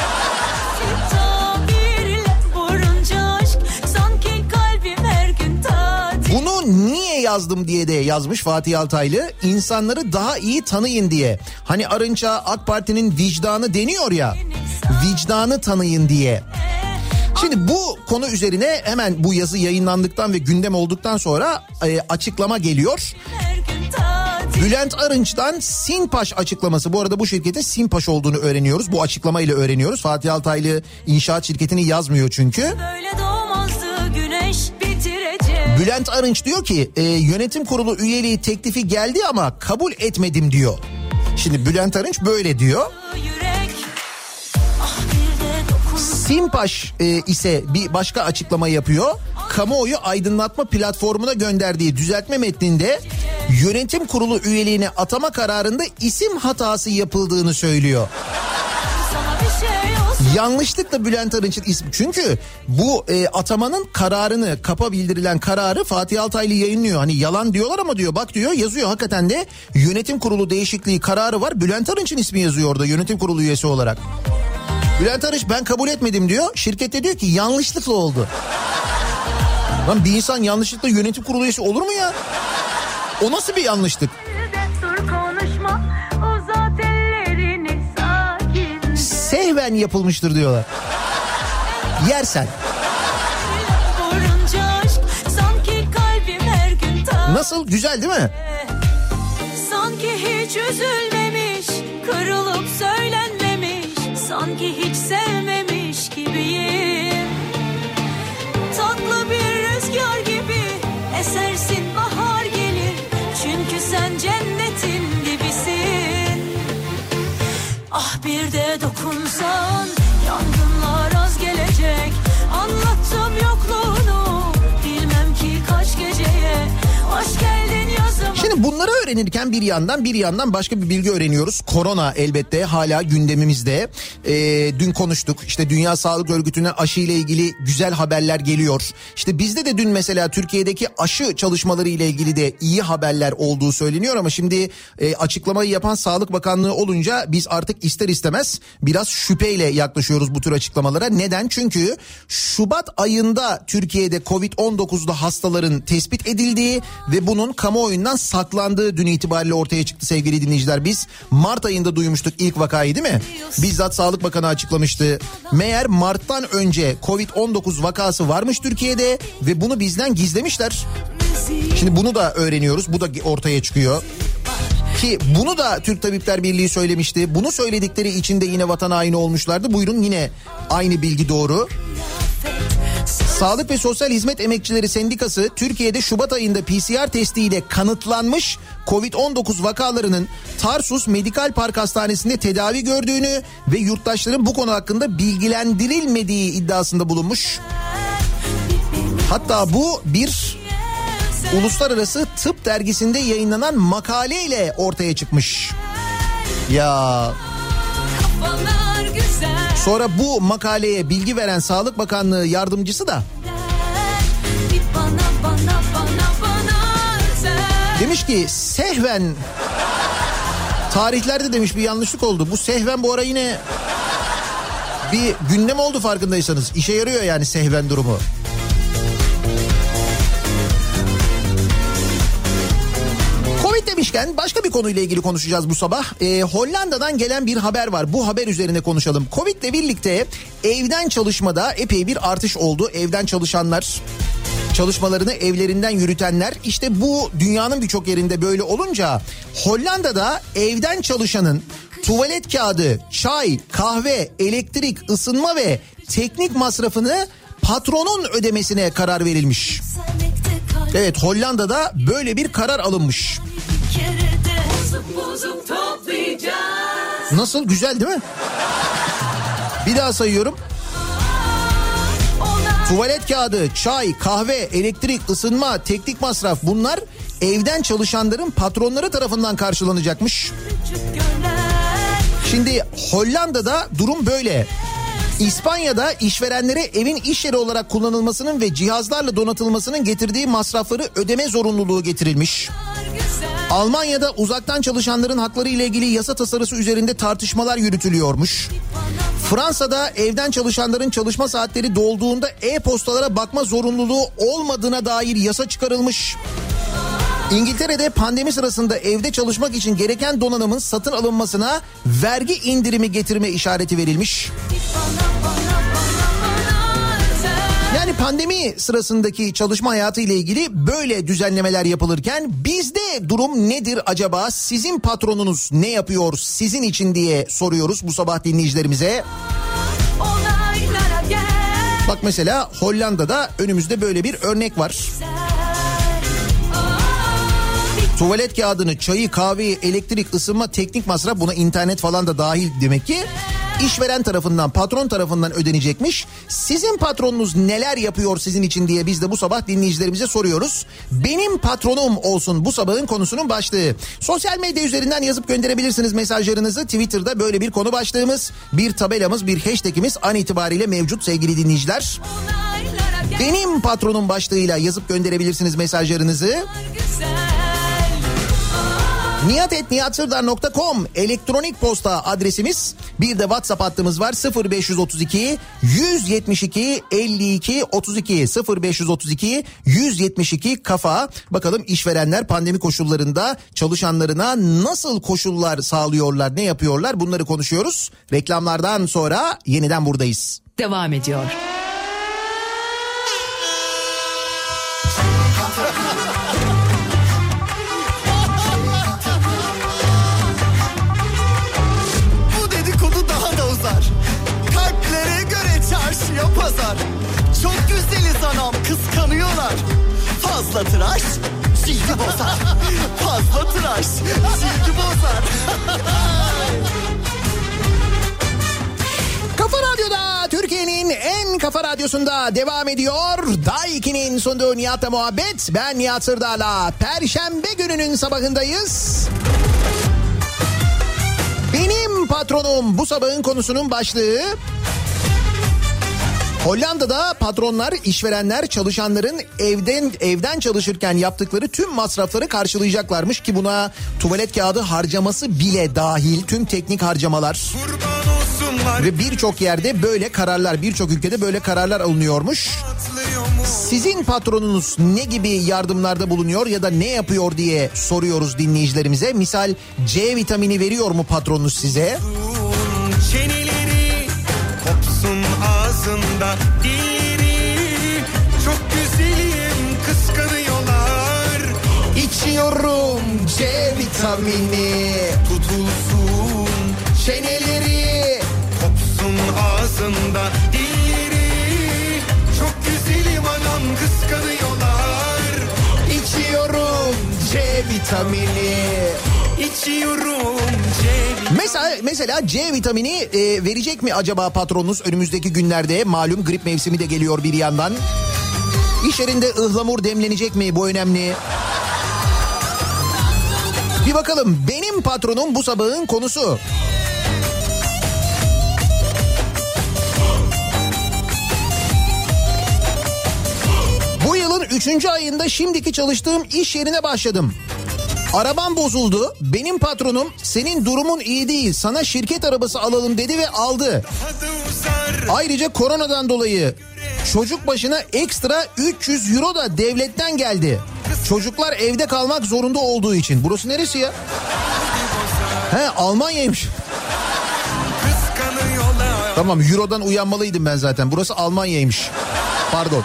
Bunu niye yazdım diye de yazmış Fatih Altaylı. İnsanları daha iyi tanıyın diye. Hani Arınç'a AK Parti'nin vicdanı deniyor ya. Vicdanı tanıyın diye. Şimdi bu konu üzerine hemen bu yazı yayınlandıktan ve gündem olduktan sonra açıklama geliyor. Bülent Arınç'tan Sinpaş açıklaması. Bu arada bu şirketin Sinpaş olduğunu öğreniyoruz. Bu açıklamayla öğreniyoruz. Fatih Altaylı inşaat şirketini yazmıyor çünkü. Bülent Arınç diyor ki yönetim kurulu üyeliği teklifi geldi ama kabul etmedim diyor. Şimdi Bülent Arınç böyle diyor. Sinpaş ise bir başka açıklama yapıyor. Kamuoyu aydınlatma platformuna gönderdiği düzeltme metninde yönetim kurulu üyeliğine atama kararında isim hatası yapıldığını söylüyor. Yanlışlıkla Bülent Arınç'ın ismi. Çünkü bu atamanın kararını, kapa bildirilen kararı Fatih Altaylı yayınlıyor. Hani yalan diyorlar ama diyor, bak diyor, yazıyor. Hakikaten de yönetim kurulu değişikliği kararı var. Bülent Arınç'ın ismi yazıyor orada yönetim kurulu üyesi olarak. Bülent Arınç ben kabul etmedim diyor. Şirkette diyor ki yanlışlıkla oldu. Lan bir insan yanlışlıkla yönetim kurulu üyesi olur mu ya? O nasıl bir yanlışlık? Sehven yapılmıştır diyorlar. Yersen. Nasıl? Güzel değil mi?
Sanki hiç üzülmemiş, kırılıp söylenmemiş. sanki hiç sevmemiş gibiyim. Tatlı bir rüzgar gibi esersin, bahar gelir, çünkü sen cennetin dibisin. Ah bir de dokunsan yangınlar az gelecek. Anlattım yokluğunu bilmem ki kaç geceye. Hoş geldin yazım.
Şimdi bunları öğrenirken bir yandan başka bir bilgi öğreniyoruz. Korona elbette hala gündemimizde. Dün konuştuk. İşte Dünya Sağlık Örgütü'ne aşı ile ilgili güzel haberler geliyor. İşte bizde de dün mesela Türkiye'deki aşı çalışmaları ile ilgili de iyi haberler olduğu söyleniyor ama şimdi açıklamayı yapan Sağlık Bakanlığı olunca biz artık ister istemez biraz şüpheyle yaklaşıyoruz bu tür açıklamalara. Neden? Çünkü Şubat ayında Türkiye'de Covid-19'da hastaların tespit edildiği ve bunun kamuoyundan saklandığı dün itibariyle ortaya çıktı sevgili dinleyiciler. Biz Mart ayında duymuştuk ilk vakayı, değil mi? Bizzat Sağlık Bakanı açıklamıştı. Meğer Mart'tan önce Covid-19 vakası varmış Türkiye'de ve bunu bizden gizlemişler. Şimdi bunu da öğreniyoruz. Bu da ortaya çıkıyor. Ki bunu da Türk Tabipler Birliği söylemişti. Bunu söyledikleri için de yine vatan haini olmuşlardı. Buyurun, yine aynı bilgi doğru. Sağlık ve Sosyal Hizmet Emekçileri Sendikası Türkiye'de Şubat ayında PCR testiyle kanıtlanmış Covid-19 vakalarının Tarsus Medikal Park Hastanesi'nde tedavi gördüğünü ve yurttaşların bu konu hakkında bilgilendirilmediği iddiasında bulunmuş. Hatta bu bir Uluslararası Tıp Dergisi'nde yayınlanan makaleyle ortaya çıkmış. Ya... Sonra bu makaleye bilgi veren Sağlık Bakanlığı yardımcısı da demiş ki sehven tarihlerde demiş bir yanlışlık oldu. Bu sehven bu ara yine bir gündem oldu farkındaysanız. İşe yarıyor yani sehven durumu. Demişken başka bir konuyla ilgili konuşacağız bu sabah. Hollanda'dan gelen bir haber var. Bu haber üzerine konuşalım. Covid'le birlikte evden çalışmada epey bir artış oldu. Evden çalışanlar, çalışmalarını evlerinden yürütenler, işte bu dünyanın birçok yerinde böyle olunca Hollanda'da evden çalışanın tuvalet kağıdı, çay, kahve, elektrik, ısınma ve teknik masrafını patronun ödemesine karar verilmiş. Evet, Hollanda'da böyle bir karar alınmış. Nasıl, güzel değil mi? Bir daha sayıyorum. Tuvalet kağıdı, çay, kahve, elektrik, ısınma, teknik masraf, bunlar evden çalışanların patronları tarafından karşılanacakmış. Şimdi Hollanda'da durum böyle. İspanya'da işverenlere evin iş yeri olarak kullanılmasının ve cihazlarla donatılmasının getirdiği masrafları ödeme zorunluluğu getirilmiş. Almanya'da uzaktan çalışanların hakları ile ilgili yasa tasarısı üzerinde tartışmalar yürütülüyormuş. Fransa'da evden çalışanların çalışma saatleri dolduğunda e-postalara bakma zorunluluğu olmadığına dair yasa çıkarılmış. İngiltere'de pandemi sırasında evde çalışmak için gereken donanımın satın alınmasına vergi indirimi getirme işareti verilmiş. Yani pandemi sırasındaki çalışma hayatı ile ilgili böyle düzenlemeler yapılırken bizde durum nedir acaba? Sizin patronunuz ne yapıyor sizin için diye soruyoruz bu sabah dinleyicilerimize. Bak mesela Hollanda'da önümüzde böyle bir örnek var. Tuvalet kağıdını, çayı, kahveyi, elektrik, ısınma, teknik masraf, buna internet falan da dahil demek ki işveren tarafından, patron tarafından ödenecekmiş. Sizin patronunuz neler yapıyor sizin için diye biz de bu sabah dinleyicilerimize soruyoruz. Benim patronum olsun bu sabahın konusunun başlığı. Sosyal medya üzerinden yazıp gönderebilirsiniz mesajlarınızı. Twitter'da böyle bir konu başlığımız, bir tabelamız, bir hashtagimiz an itibariyle mevcut sevgili dinleyiciler. Benim patronum başlığıyla yazıp gönderebilirsiniz mesajlarınızı. nihat@nihatsırdar.com elektronik posta adresimiz. Bir de WhatsApp hattımız var, 0532 172 52 32 0532 172 kafa. Bakalım işverenler pandemi koşullarında çalışanlarına nasıl koşullar sağlıyorlar, ne yapıyorlar, bunları konuşuyoruz. Reklamlardan sonra yeniden buradayız.
Devam ediyor. tıraş cildi bozar. Fazla tıraş cildi bozar.
Kafa Radyo'da, Türkiye'nin en kafa radyosunda devam ediyor. Daiki'nin sunduğu Nihat'la muhabbet. Ben Nihat Sırdar'la Perşembe gününün sabahındayız. Benim patronum bu sabahın konusunun başlığı. Hollanda'da patronlar, işverenler çalışanların evden çalışırken yaptıkları tüm masrafları karşılayacaklarmış ki buna tuvalet kağıdı harcaması bile dahil, tüm teknik harcamalar. Ve birçok yerde böyle kararlar, birçok ülkede böyle kararlar alınıyormuş. Sizin patronunuz ne gibi yardımlarda bulunuyor ya da ne yapıyor diye soruyoruz dinleyicilerimize. Misal C vitamini veriyor mu patronunuz size?
Çeneleri kopsun ağzında dilleri, çok güzelim kıskanıyorlar.
İçiyorum C vitamini,
Tutulsun
çeneleri.
kopsun ağzında dilleri, çok güzelim anam kıskanıyorlar.
İçiyorum C vitamini.
İçiyorum C.
Mesela C vitamini verecek mi acaba patronunuz önümüzdeki günlerde? Malum grip mevsimi de geliyor bir yandan. İş yerinde ıhlamur demlenecek mi? Bu önemli. Bir bakalım, benim patronum bu sabahın konusu. Bu yılın 3. ayında şimdiki çalıştığım iş yerine başladım. Arabam bozuldu. Benim patronum senin durumun iyi değil, sana şirket arabası alalım dedi ve aldı. Ayrıca koronadan dolayı çocuk başına ekstra 300 euro da devletten geldi. Çocuklar evde kalmak zorunda olduğu için. Burası neresi ya? He, Almanya'ymış. Tamam, eurodan uyanmalıydım ben zaten. Burası Almanya'ymış. Pardon.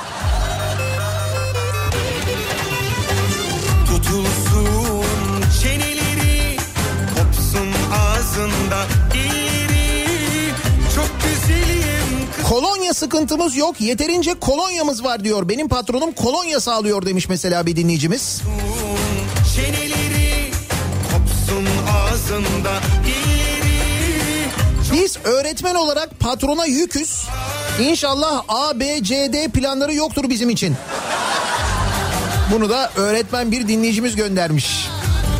Tutulsun çeneleri, kopsun ağzında dilleri, çok güzelim.
Kolonya sıkıntımız yok, yeterince kolonyamız var diyor. Benim patronum kolonya sağlıyor demiş mesela bir dinleyicimiz.
Çeneleri, kopsun ağzında dilleri.
Biz öğretmen olarak patrona yüküz. İnşallah A, B, C, D planları yoktur bizim için. Bunu da öğretmen bir dinleyicimiz göndermiş.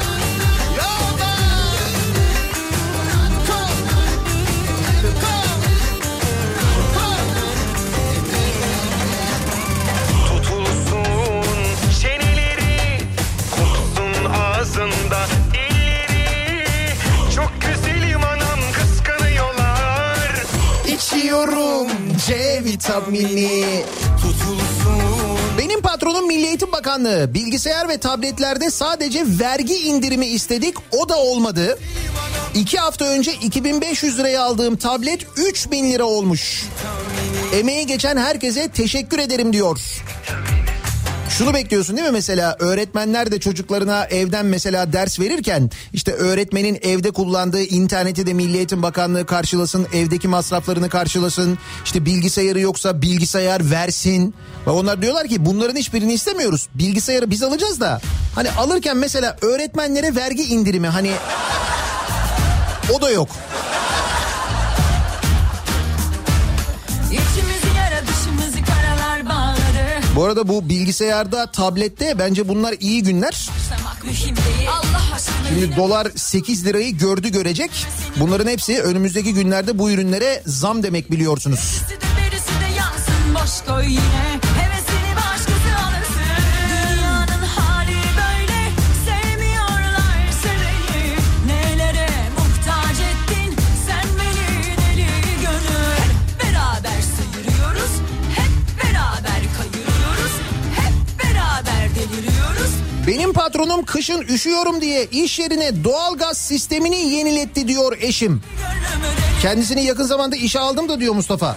Tutulsun çeneleri, kopsun ağzında dilleri, çok güzelim anam kıskanıyorlar.
İçiyorum C vitamini.
Tutulsun.
Benim patronum Milli Eğitim Bakanlığı. Bilgisayar ve tabletlerde sadece vergi indirimi istedik, o da olmadı. 2 hafta önce 2500 liraya aldığım tablet 3000 lira olmuş. Emeği geçen herkese teşekkür ederim diyor. Şunu bekliyorsun değil mi mesela, öğretmenler de çocuklarına evden mesela ders verirken işte öğretmenin evde kullandığı interneti de Milli Eğitim Bakanlığı karşılasın, evdeki masraflarını karşılasın, işte bilgisayarı yoksa bilgisayar versin. Ve onlar diyorlar ki bunların hiçbirini istemiyoruz, bilgisayarı biz alacağız da hani alırken mesela öğretmenlere vergi indirimi, hani o da yok. Bu arada bu bilgisayarda, tablette bence bunlar iyi günler. Şimdi dolar 8 lirayı gördü görecek. Bunların hepsi önümüzdeki günlerde bu ürünlere zam demek, biliyorsunuz. Benim patronum kışın üşüyorum diye iş yerine doğalgaz sistemini yeniletti diyor eşim. Kendisini yakın zamanda işe aldım da diyor Mustafa.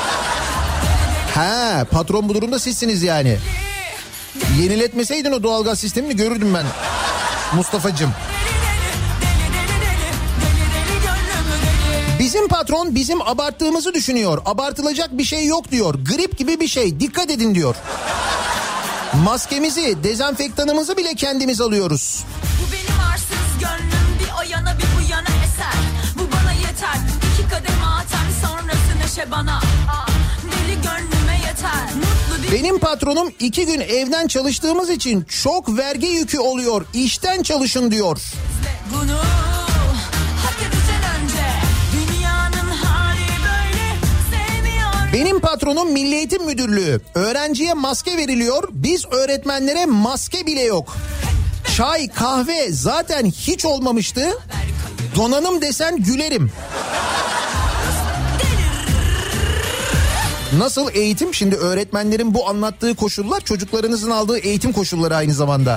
Ha, patron bu durumda sizsiniz yani. Yeniletmeseydin o doğalgaz sistemini görürdüm ben Mustafa'cığım. Bizim patron bizim abarttığımızı düşünüyor. Abartılacak bir şey yok diyor. Grip gibi bir şey, dikkat edin diyor. Maskemizi, dezenfektanımızı bile kendimiz alıyoruz.
Bu benim arsız gönlüm, bir o yana bir bu yana eser. Bu bana yeter, 2 kademe atar, sonrası neşe bana. Deli gönlüme yeter, mutlu bir...
Benim patronum 2 gün evden çalıştığımız için çok vergi yükü oluyor. İşten çalışın diyor.
Bunu hak edeceksin önce. Dünyanın hali böyle, sevmiyor.
Benim patronum Milli Eğitim Müdürlüğü. Öğrenciye maske veriliyor. Biz öğretmenlere maske bile yok. Çay, kahve zaten hiç olmamıştı. Donanım desen gülerim. Nasıl eğitim? Şimdi öğretmenlerin bu anlattığı koşullar çocuklarınızın aldığı eğitim koşulları aynı zamanda.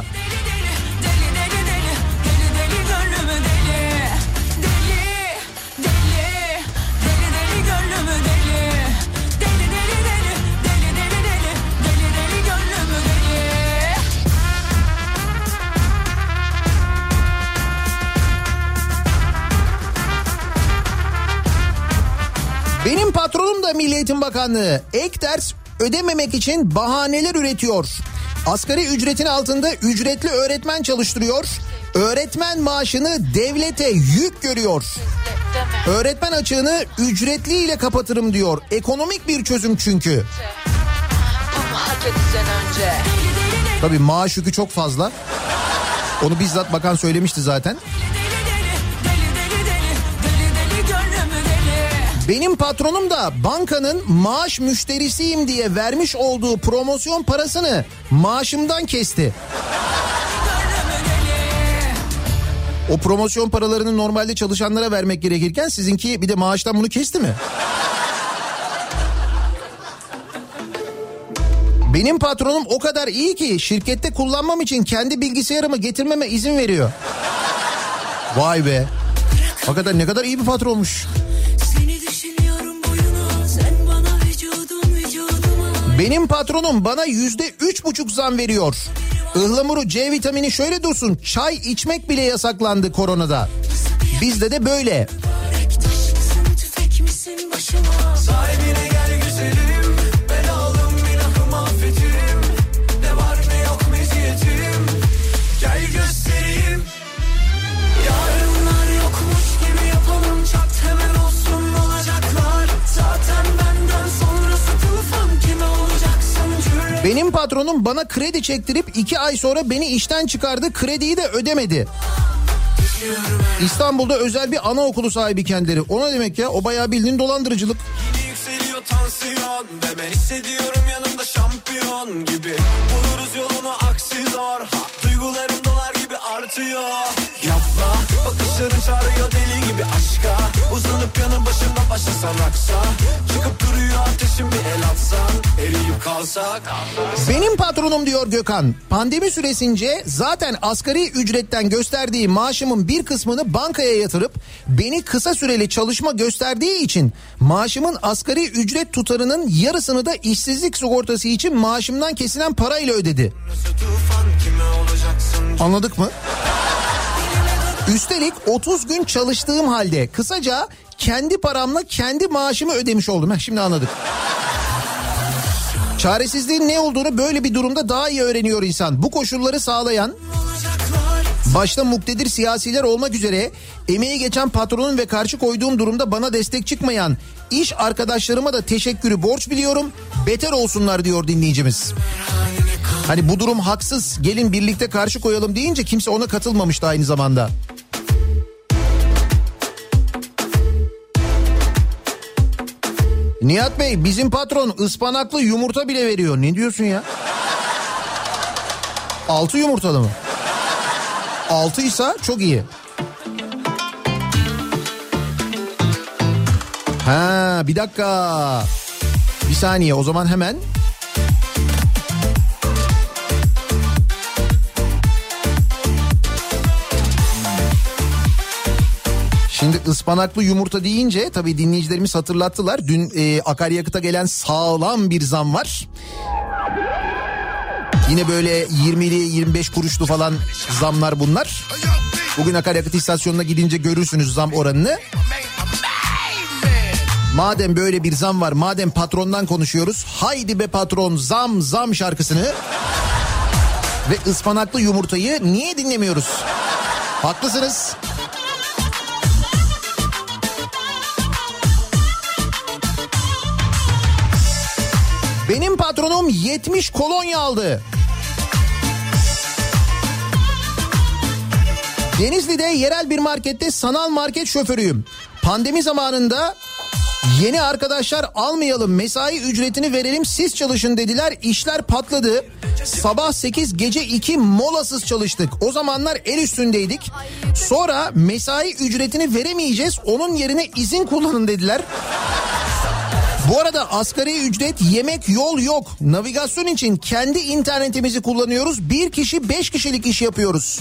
Benim patronum da Milli Eğitim Bakanlığı. Ek ders ödememek için bahaneler üretiyor. Asgari ücretin altında ücretli öğretmen çalıştırıyor. Öğretmen maaşını devlete yük görüyor. Öğretmen açığını ücretliyle kapatırım diyor. Ekonomik bir çözüm çünkü.
Bunu hak edeceksin önce.
Tabii maaş yükü çok fazla. Onu bizzat bakan söylemişti zaten. Benim patronum da bankanın maaş müşterisiyim diye vermiş olduğu promosyon parasını maaşımdan kesti. O promosyon paralarını normalde çalışanlara vermek gerekirken sizinki bir de maaştan bunu kesti mi? Benim patronum o kadar iyi ki şirkette kullanmam için kendi bilgisayarımı getirmeme izin veriyor. Vay be. Hakikaten ne kadar iyi bir patronmuş. Benim patronum bana %3,5 zam veriyor. Ihlamuru, C vitamini şöyle dursun, çay içmek bile yasaklandı koronada. Bizde de böyle.
Sahibine gel güzelim, ben aldım günahımı affetirim. Ne var ne yok meziyetim, gel göstereyim. Yarınlar yokmuş gibi yapalım, çat hemen olsun olacaklar. Zaten benden sonrası tufan, kime olacaksın cüret.
Benim patronum bana kredi çektirip 2 ay sonra beni işten çıkardı, krediyi de ödemedi. İstanbul'da özel bir anaokulu sahibi kendileri. O ne demek ya? O bayağı bildiğin dolandırıcılık.
Yine yükseliyor tansiyon, ve ben hissediyorum yanımda şampiyon gibi. Buluruz yolunu aksi zor, duygularım dolar gibi artıyor. Yapma, bakışların çağırıyor deli gibi aşka. Uzanıp yanı başımda başlasan aksa. Çıkıp duruyor ateşim, bir el atsan, eriyip kalsak.
Benim patronum diyor Gökhan, pandemi süresince zaten asgari ücretten gösterdiği maaşımın bir kısmını bankaya yatırıp beni kısa süreli çalışma gösterdiği için maaşımın asgari ücret tutarının yarısını da işsizlik sigortası için maaşımdan kesilen parayla ödedi. Anladık mı? Üstelik 30 gün çalıştığım halde kısaca kendi paramla kendi maaşımı ödemiş oldum. Şimdi anladık. Çaresizliğin ne olduğunu böyle bir durumda daha iyi öğreniyor insan. Bu koşulları sağlayan, başta muktedir siyasiler olmak üzere emeği geçen patronun ve karşı koyduğum durumda bana destek çıkmayan iş arkadaşlarıma da teşekkürü borç biliyorum. Beter olsunlar diyor dinleyicimiz. Hani bu durum haksız, gelin birlikte karşı koyalım deyince kimse ona katılmamıştı aynı zamanda. Nihat Bey, bizim patron ıspanaklı yumurta bile veriyor. Ne diyorsun ya? 6 yumurtalı mı? 6'ysa çok iyi. Ha, bir dakika. Bir saniye, o zaman hemen. Şimdi ıspanaklı yumurta deyince tabii dinleyicilerimiz hatırlattılar. Dün akaryakıta gelen sağlam bir zam var. Yine böyle 20'li 25 kuruşlu falan zamlar bunlar. Bugün akaryakıt istasyonuna gidince görürsünüz zam oranını. Madem böyle bir zam var, madem patrondan konuşuyoruz, haydi be patron zam zam şarkısını ve ıspanaklı yumurtayı niye dinlemiyoruz? Haklısınız. Benim patronum 70 kolonya aldı. Denizli'de yerel bir markette sanal market şoförüyüm. Pandemi zamanında yeni arkadaşlar almayalım, mesai ücretini verelim, siz çalışın dediler. İşler patladı. Sabah 8 gece 2 molasız çalıştık. O zamanlar el üstündeydik. Sonra mesai ücretini veremeyeceğiz, onun yerine izin kullanın dediler. Bu arada asgari ücret, yemek, yol yok. Navigasyon için kendi internetimizi kullanıyoruz. Bir kişi 5 kişilik iş yapıyoruz.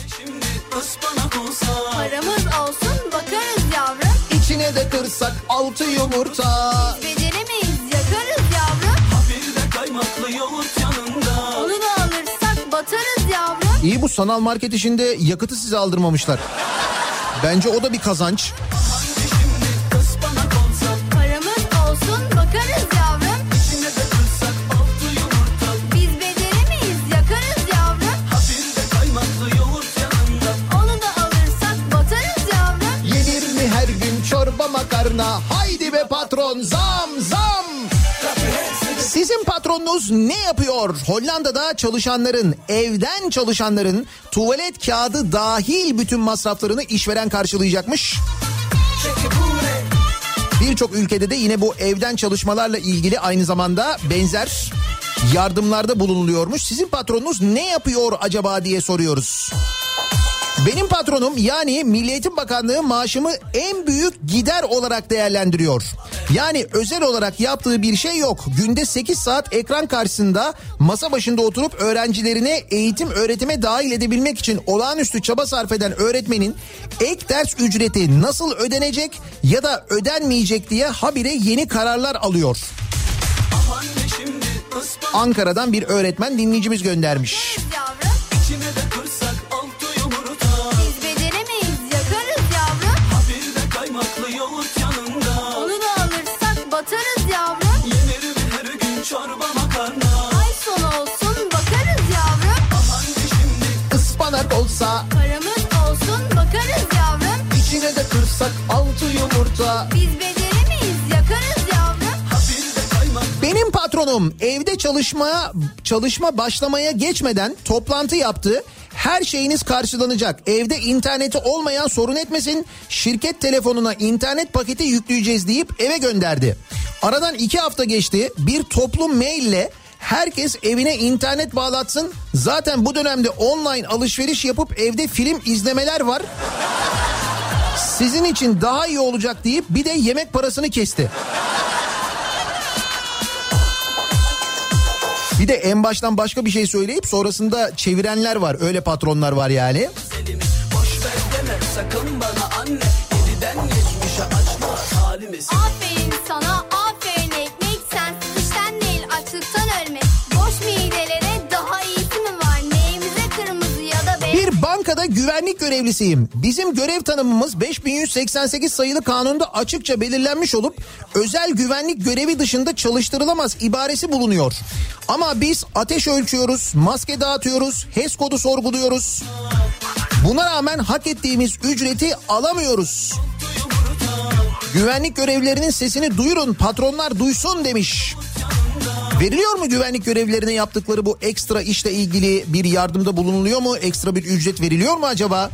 Paramız olsun bakarız yavrum.
İçine de kırsak 6 yumurta.
Beceremeyiz yakarız yavrum.
Bir de kaymaklı yoğurt yanında.
Onu da alırsak batarız yavrum.
İyi, bu sanal market işinde yakıtı size aldırmamışlar. Bence o da bir kazanç.
Paramız olsun bakarız yavrum.
İçine de kırsak 6 yumurta.
Biz beceremeyiz yakarız yavrum.
Bir de kaymaklı yoğurt yanında.
Onu da alırsak batarız yavrum.
Yenir mi her gün çorba makarna? Haydi be patron, zam zam. Sizin patronunuz ne yapıyor? Hollanda'da çalışanların, evden çalışanların tuvalet kağıdı dahil bütün masraflarını işveren karşılayacakmış. Birçok ülkede de yine bu evden çalışmalarla ilgili aynı zamanda benzer yardımlarda bulunuluyormuş. Sizin patronunuz ne yapıyor acaba diye soruyoruz. Benim patronum, yani Milli Eğitim Bakanlığı, maaşımı en büyük gider olarak değerlendiriyor. Yani özel olarak yaptığı bir şey yok. Günde 8 saat ekran karşısında masa başında oturup öğrencilerine eğitim öğretime dahil edebilmek için olağanüstü çaba sarf eden öğretmenin ek ders ücreti nasıl ödenecek ya da ödenmeyecek diye habire yeni kararlar alıyor. Ankara'dan bir öğretmen dinleyicimiz göndermiş.
Yavrum.
İçine de kırsak 6 yumurta.
Biz beceremeyiz yakarız yavrum.
Bir de kaymaklı yoğurt yanında.
Onu da alırsak batarız yavrum.
Yenir mi her gün çorba makarna?
Ay sonu olsun bakarız yavrum.
Ispanak olsa,
Paramız olsun bakarız yavrum.
içine de kırsak 6 yumurta.
Biz beceremeyiz yakarız yavrum.
Bir de kaymak.
Benim patronum evde çalışma başlamaya geçmeden toplantı yaptı. Her şeyiniz karşılanacak. Evde interneti olmayan sorun etmesin. Şirket telefonuna internet paketi yükleyeceğiz deyip eve gönderdi. Aradan 2 hafta geçti. Bir toplu maille herkes evine internet bağlatsın. Zaten bu dönemde online alışveriş yapıp evde film izlemeler var. Sizin için daha iyi olacak deyip bir de yemek parasını kesti. Bir de en baştan başka bir şey söyleyip sonrasında çevirenler var. Öyle patronlar var yani.
Boş ver deme sakın bana anne. 7'den geçmişe açma halimiz.
Aferin sana aferin ekmek. Sensiz işten değil açlıktan ölmek. Boş midelere daha iyisi mi var? Neyimize kırmızı ya da beyaz?
Bir bankada güvenlik görevlisiyim. Bizim görev tanımımız 5188 sayılı kanunda açıkça belirlenmiş olup özel güvenlik görevi dışında çalıştırılamaz ibaresi bulunuyor. Ama biz ateş ölçüyoruz, maske dağıtıyoruz, HES kodu sorguluyoruz. Buna rağmen hak ettiğimiz ücreti alamıyoruz. Güvenlik görevlilerinin sesini duyurun, patronlar duysun demiş. Veriliyor mu güvenlik görevlilerine yaptıkları bu ekstra işle ilgili bir yardımda bulunuluyor mu? Ekstra bir ücret veriliyor mu acaba?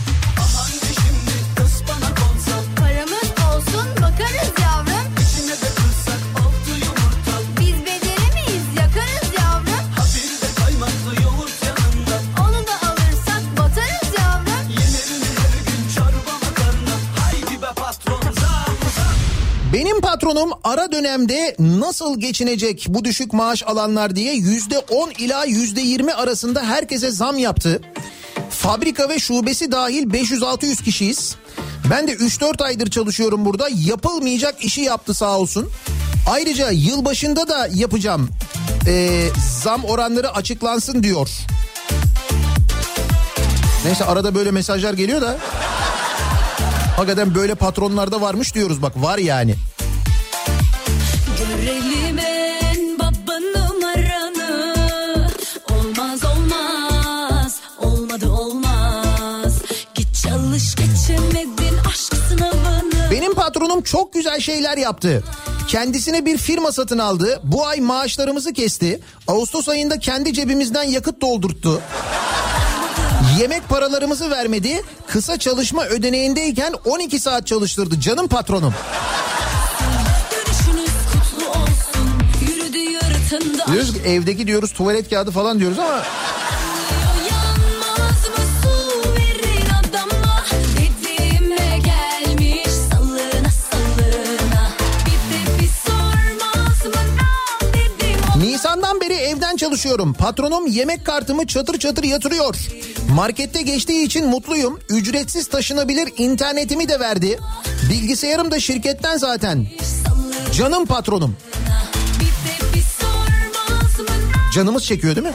Paramız olsun bakarız yavrum.
İçine de kırsak 6 yumurta.
Biz beceremeyiz yakarız yavrum.
Bir de kaymaklı yoğurt yanında.
Onu da alırsak batarız yavrum.
Yenir mi her gün çorba makarna? Haydi be patron zam zam.
Benim patronum ara dönemde nasıl geçinecek bu düşük maaş alanlar diye %10 ila %20 arasında herkese zam yaptı. Fabrika ve şubesi dahil 500-600 kişiyiz. Ben de 3-4 aydır çalışıyorum burada. Yapılmayacak işi yaptı sağ olsun. Ayrıca yılbaşında da yapacağım. Zam oranları açıklansın diyor. Neyse, arada böyle mesajlar geliyor da. Hakikaten böyle patronlar da varmış diyoruz, bak var yani.
Görelim en baba numaranı. Olmaz olmaz
patronum çok güzel şeyler yaptı. Kendisine bir firma satın aldı. Bu ay maaşlarımızı kesti. Ağustos ayında kendi cebimizden yakıt doldurttu. Yemek paralarımızı vermedi. Kısa çalışma ödeneğindeyken 12 saat çalıştırdı. Canım patronum. Diyoruz ki evdeki diyoruz tuvalet kağıdı falan diyoruz ama... Nisan'dan beri evden çalışıyorum. Patronum yemek kartımı çatır çatır yatırıyor. Markette geçtiği için mutluyum. Ücretsiz taşınabilir internetimi de verdi. Bilgisayarım da şirketten zaten. Canım patronum. Canımız çekiyor değil mi?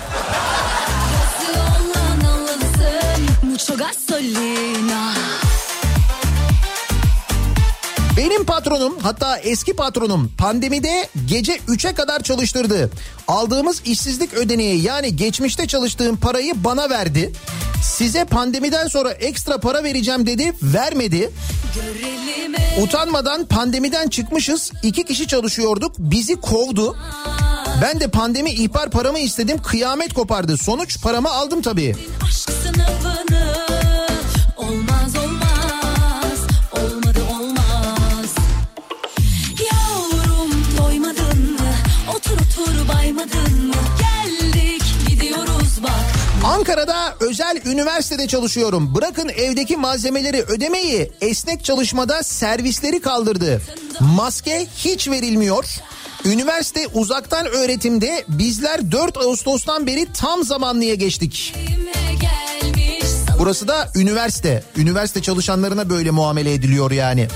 Benim patronum, hatta eski patronum pandemide gece 3'e kadar çalıştırdı. Aldığımız işsizlik ödeneği, yani geçmişte çalıştığım parayı bana verdi. Size pandemiden sonra ekstra para vereceğim dedi, vermedi. Utanmadan pandemiden çıkmışız, 2 kişi çalışıyorduk, bizi kovdu. Ben de pandemi ihbar paramı istedim, kıyamet kopardı. Sonuç paramı aldım tabii.
Aşk sınavını olmaz olmaz, olmadı olmaz. Yavrum doymadın mı? Otur otur baymadın mı? Geldik gidiyoruz bak.
Ankara'da özel üniversitede çalışıyorum. Bırakın evdeki malzemeleri ödemeyi, esnek çalışmada servisleri kaldırdı. Maske hiç verilmiyor. Üniversite uzaktan öğretimde, bizler 4 Ağustos'tan beri tam zamanlıya geçtik. Burası da üniversite. Üniversite çalışanlarına böyle muamele ediliyor yani.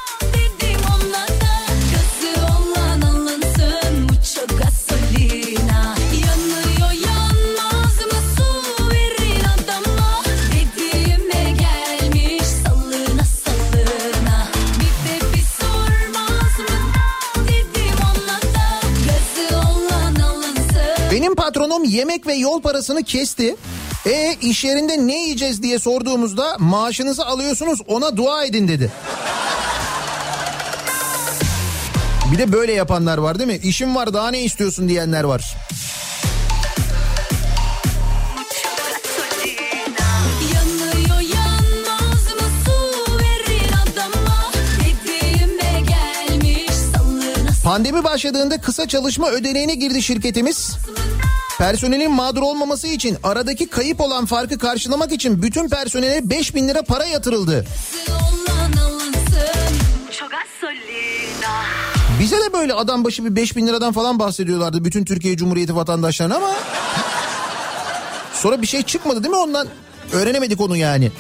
Benim patronum yemek ve yol parasını kesti. İş yerinde ne yiyeceğiz diye sorduğumuzda maaşınızı alıyorsunuz, ona dua edin dedi. Bir de böyle yapanlar var değil mi? İşim var daha ne istiyorsun diyenler var. Pandemi başladığında kısa çalışma ödeneğine girdi şirketimiz. Personelin mağdur olmaması için, aradaki kayıp olan farkı karşılamak için bütün personele 5.000 lira para yatırıldı. Bize de böyle adam başı bir 5.000 liradan falan bahsediyorlardı bütün Türkiye Cumhuriyeti vatandaşlarına ama... Sonra bir şey çıkmadı değil mi ondan? Öğrenemedik onu yani.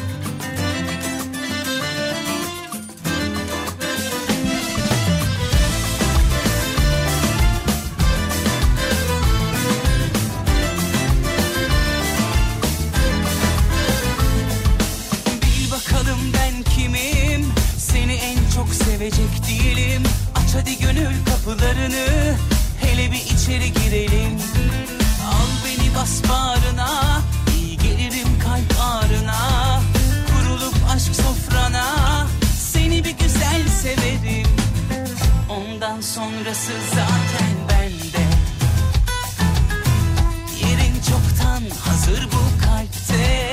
Değilim. Aç hadi gönül kapılarını, hele bir içeri girelim. Al beni bas bağrına, iyi gelirim kalp ağrına. Kurulup aşk sofrana, seni bir güzel severim. Ondan sonrası zaten bende. Yerin çoktan hazır bu kalpte.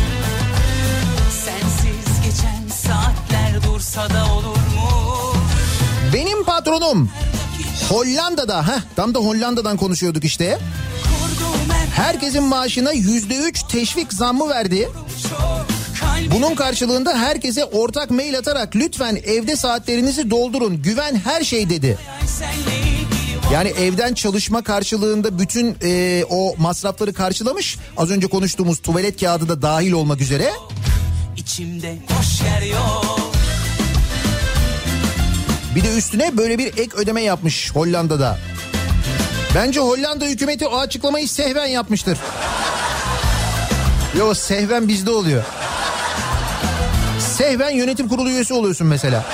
Sensiz geçen saatler dursa da olur mu?
Benim patronum Hollanda'da, tam da Hollanda'dan konuşuyorduk işte. Herkesin maaşına %3 teşvik zammı verdi. Bunun karşılığında herkese ortak mail atarak lütfen evde saatlerinizi doldurun, güven her şey dedi. Yani evden çalışma karşılığında bütün o masrafları karşılamış. Az önce konuştuğumuz tuvalet kağıdı da dahil olmak üzere. İçimde boş yer yok. Bir de üstüne böyle bir ek ödeme yapmış Hollanda'da. Bence Hollanda hükümeti o açıklamayı sehven yapmıştır. Yo, sehven bizde oluyor. Sehven yönetim kurulu üyesi oluyorsun mesela.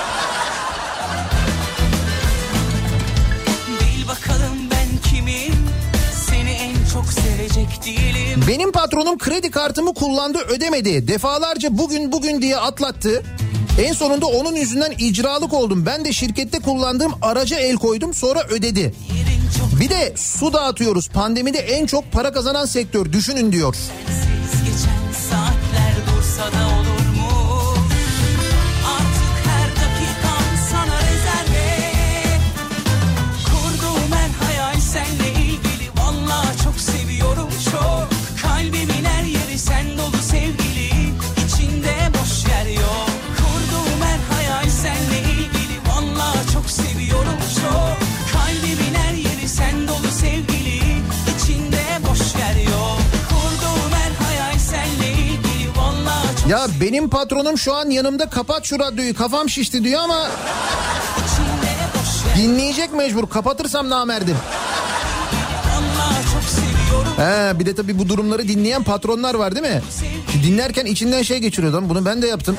Bil bakalım ben kimim, seni en çok sevecek değilim.
Benim patronum kredi kartımı kullandı, ödemedi. Defalarca bugün diye atlattı. En sonunda onun yüzünden icralık oldum. Ben de şirkette kullandığım araca el koydum, sonra ödedi. Bir de su dağıtıyoruz. Pandemide en çok para kazanan sektör, düşünün diyor.
Sensiz geçen saatler dursa da olur mu? Artık her dakikam sana rezerve. Kurduğum her hayal seninle ilgili. Vallahi çok seviyorum çok. Kalbimin her yeri sen dolu sevgili. İçinde boş yer yok. Kurduğum her hayal seninle ilgili. Vallahi çok seviyorum çok. Kalbimin her yeri sen dolu sevgili. İçinde boş yer yok. Kurduğum her hayal seninle ilgili. Vallahi çok
Ya benim patronum şu an yanımda, kapat şu radyoyu kafam şişti diyor ama
içinde boş yer.
dinleyecek mecbur, kapatırsam namerdim.
Vallahi çok seviyorum.
Bir de tabii bu durumları dinleyen patronlar var değil mi? Dinlerken içinden şey geçiriyor lan, bunu ben de yaptım.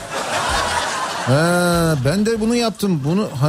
Ben de bunu yaptım.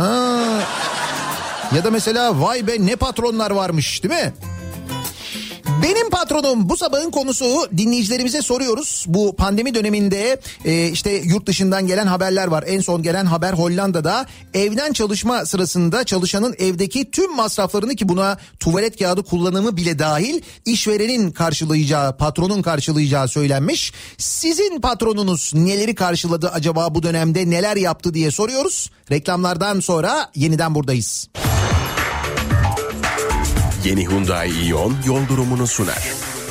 Ya da mesela vay be ne patronlar varmış değil mi? Benim patronum bu sabahın konusu, dinleyicilerimize soruyoruz. Bu pandemi döneminde işte yurt dışından gelen haberler var. En son gelen haber Hollanda'da evden çalışma sırasında çalışanın evdeki tüm masraflarını, ki buna tuvalet kağıdı kullanımı bile dahil, işverenin karşılayacağı, patronun karşılayacağı söylenmiş. Sizin patronunuz neleri karşıladı acaba bu dönemde, neler yaptı diye soruyoruz. Reklamlardan sonra yeniden buradayız.
Yeni Hyundai Ion yol durumunu sunar.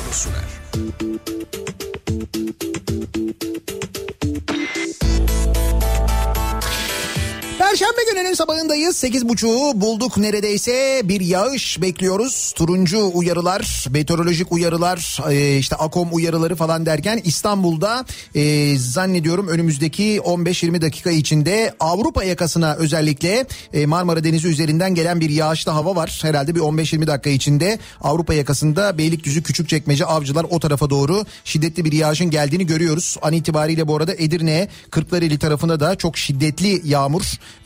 Perşembe gününün sabahındayız. 8.30'u bulduk neredeyse. Bir yağış bekliyoruz. Turuncu uyarılar, meteorolojik uyarılar, işte AKOM uyarıları falan derken İstanbul'da zannediyorum önümüzdeki 15-20 dakika içinde Avrupa yakasına, özellikle Marmara Denizi üzerinden gelen bir yağışlı hava var. Herhalde bir 15-20 dakika içinde Avrupa yakasında Beylikdüzü, Küçükçekmece, Avcılar o tarafa doğru şiddetli bir yağışın geldiğini görüyoruz. An itibariyle bu arada Edirne, Kırklareli tarafında da çok şiddetli yağmur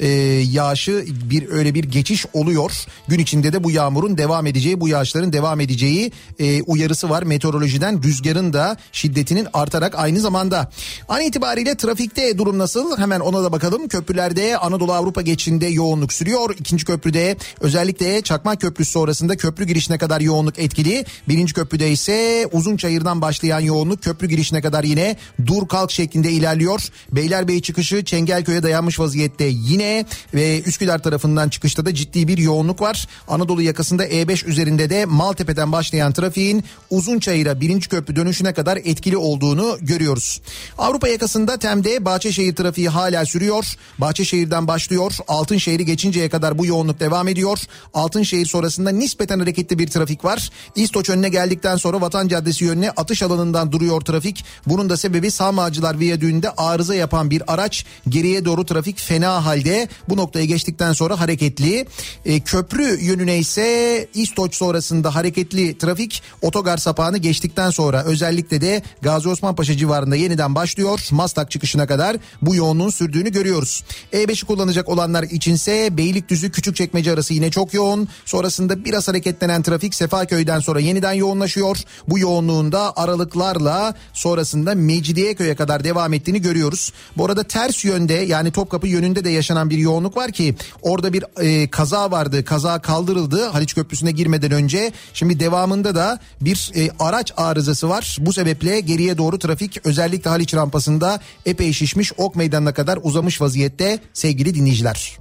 yağışı, öyle bir geçiş oluyor. Gün içinde de bu yağmurun devam edeceği, bu yağışların devam edeceği uyarısı var meteorolojiden. Rüzgarın da şiddetinin artarak aynı zamanda. An itibariyle trafikte durum nasıl? Hemen ona da bakalım. Köprülerde Anadolu Avrupa geçişinde yoğunluk sürüyor. İkinci köprüde özellikle Çakmak Köprüsü sonrasında köprü girişine kadar yoğunluk etkili. Birinci köprüde ise Uzunçayır'dan başlayan yoğunluk köprü girişine kadar yine dur kalk şeklinde ilerliyor. Beylerbeyi çıkışı Çengelköy'e dayanmış vaziyette. Yine ve Üsküdar tarafından çıkışta da ciddi bir yoğunluk var. Anadolu yakasında E5 üzerinde de Maltepe'den başlayan trafiğin Uzunçayır'a birinci köprü dönüşüne kadar etkili olduğunu görüyoruz. Avrupa yakasında Tem'de Bahçeşehir trafiği hala sürüyor. Bahçeşehir'den başlıyor. Altınşehir'i geçinceye kadar bu yoğunluk devam ediyor. Altınşehir sonrasında nispeten hareketli bir trafik var. İstoç önüne geldikten sonra Vatan Caddesi yönüne atış alanından duruyor trafik. Bunun da sebebi Sağmağcılar Viyadüğü'nde arıza yapan bir araç. Geriye doğru trafik fena halde. Bu noktaya geçtikten sonra hareketli. Köprü yönüne ise İstoç sonrasında hareketli trafik otogar sapağını geçtikten sonra özellikle de Gazi Osman Paşa civarında yeniden başlıyor. Maslak çıkışına kadar bu yoğunluğun sürdüğünü görüyoruz. E5'i kullanacak olanlar içinse Beylikdüzü Küçükçekmece arası yine çok yoğun. Sonrasında biraz hareketlenen trafik Sefaköy'den sonra yeniden yoğunlaşıyor. Bu yoğunluğun da aralıklarla sonrasında Mecidiyeköy'e kadar devam ettiğini görüyoruz. Bu arada ters yönde, yani Topkapı yönünde de yaşanan bir yoğunluk var ki orada bir kaza vardı. Kaza kaldırıldı Haliç Köprüsü'ne girmeden önce. Şimdi devamında da bir araç arızası var. Bu sebeple geriye doğru trafik özellikle Haliç rampasında epey şişmiş, Ok Meydanı'na kadar uzamış vaziyette sevgili dinleyiciler.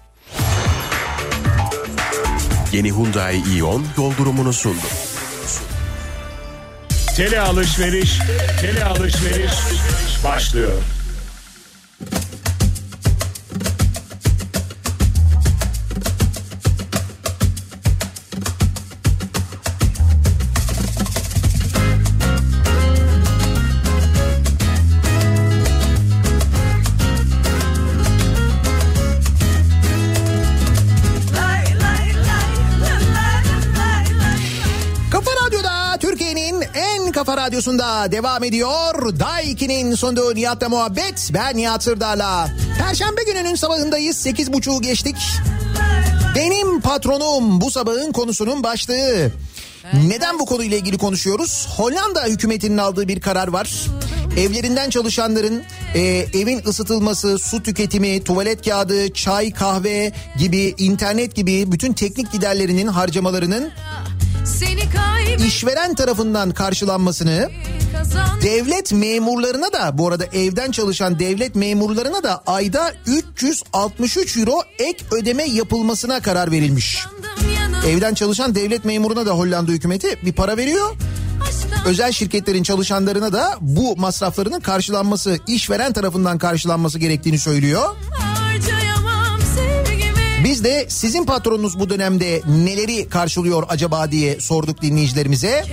Yeni Hyundai Ion yol durumunu sundu.
Tele alışveriş başlıyor.
Kafa Radyosu'nda devam ediyor. Daiki'nin sunduğu Nihat'la muhabbet. Ben Nihat Sırdar'la. Perşembe gününün sabahındayız. 8.30'u geçtik. Benim patronum bu sabahın konusunun başlığı. Neden bu konuyla ilgili konuşuyoruz? Hollanda hükümetinin aldığı bir karar var. evlerinden çalışanların evin ısıtılması, su tüketimi, tuvalet kağıdı, çay, kahve gibi, internet gibi bütün teknik giderlerinin harcamalarının işveren tarafından karşılanmasını, devlet memurlarına da, bu arada evden çalışan devlet memurlarına da ayda 363 euro ek ödeme yapılmasına karar verilmiş. Evden çalışan devlet memuruna da Hollanda hükümeti bir para veriyor. Özel şirketlerin çalışanlarına da bu masraflarının karşılanması, işveren tarafından karşılanması gerektiğini söylüyor. Biz de sizin patronunuz bu dönemde neleri karşılıyor acaba diye sorduk dinleyicilerimize.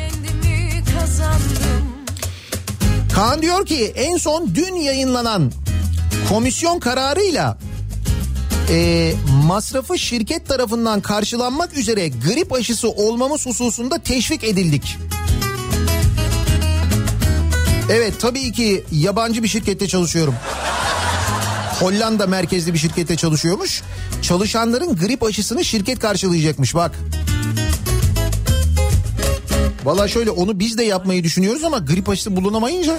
Kaan diyor ki en son dün yayınlanan komisyon kararıyla masrafı şirket tarafından karşılanmak üzere grip aşısı olmamız hususunda teşvik edildik. Evet, tabii ki yabancı bir şirkette çalışıyorum. Hollanda merkezli bir şirkette çalışıyormuş. Çalışanların grip aşısını şirket karşılayacakmış bak. Valla şöyle, onu biz de yapmayı düşünüyoruz ama grip aşısı bulunamayınca...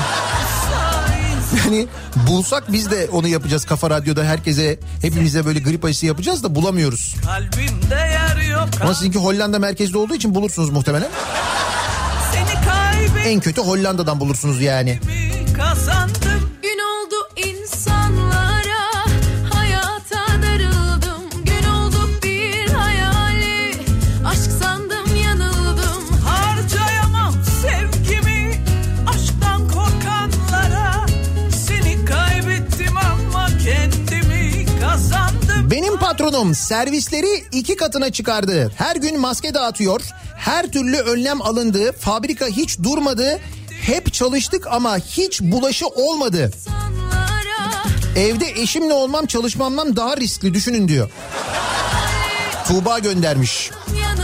Yani bulsak biz de onu yapacağız Kafa Radyo'da, herkese, hepimize böyle grip aşısı yapacağız da bulamıyoruz. Ama sizinki Hollanda merkezli olduğu için bulursunuz muhtemelen. En kötü Hollanda'dan bulursunuz yani.
Gün oldu insanlara, hayata darıldım. Gün oldu bir hayali, aşk sandım yanıldım.
Harcayamam sevgimi aşktan korkanlara. Seni kaybettim ama kendimi kazandım.
Benim patronum servisleri 2 katına çıkardı. Her gün maske dağıtıyor. Her türlü önlem alındı. Fabrika hiç durmadı. Hep çalıştık ama hiç bulaşı olmadı. Evde eşimle olmam çalışmamdan daha riskli, düşünün diyor. Tuğba göndermiş.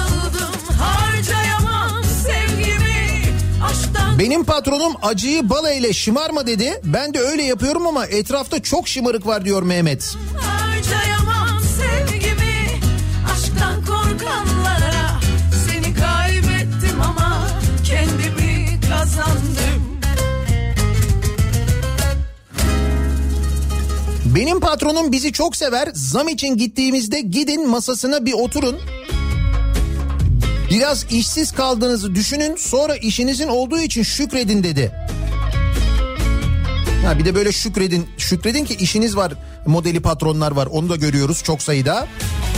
Benim patronum acıyı bala ile şımarma dedi. Ben de öyle yapıyorum ama etrafta çok şımarık var diyor Mehmet.
Harcayamam sevgimi aşktan korkanlara. Seni kaybettim ama kendimi kazandım.
Benim patronum bizi çok sever. Zam için gittiğimizde gidin masasına bir oturun. Biraz işsiz kaldığınızı düşünün, sonra işinizin olduğu için şükredin dedi. Ha, bir de böyle şükredin ki işiniz var modeli patronlar var, onu da görüyoruz çok sayıda.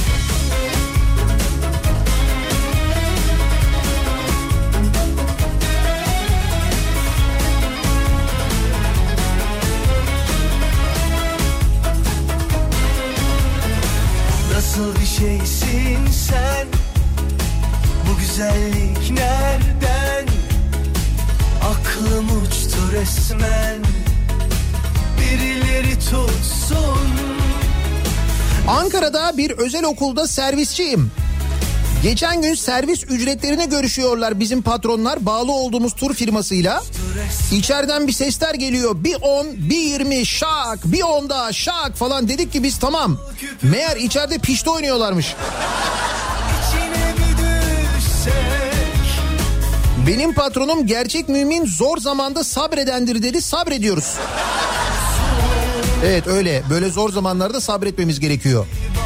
Nasıl bir şeysin sen? Bu güzellik nereden? Aklım uçtu resmen. Birileri tutsun.
Ankara'da bir özel okulda servisçiyim. Geçen gün servis ücretlerine görüşüyorlar bizim patronlar, bağlı olduğumuz tur firmasıyla. İçeriden bir sesler geliyor. Bir 10, bir 20 şak, bir 10 daha şak falan, dedik ki biz tamam. Meğer içeride pişti oynuyorlarmış. Benim patronum gerçek mümin zor zamanda sabredendir dedi, sabrediyoruz. Evet öyle, böyle zor zamanlarda sabretmemiz gerekiyor.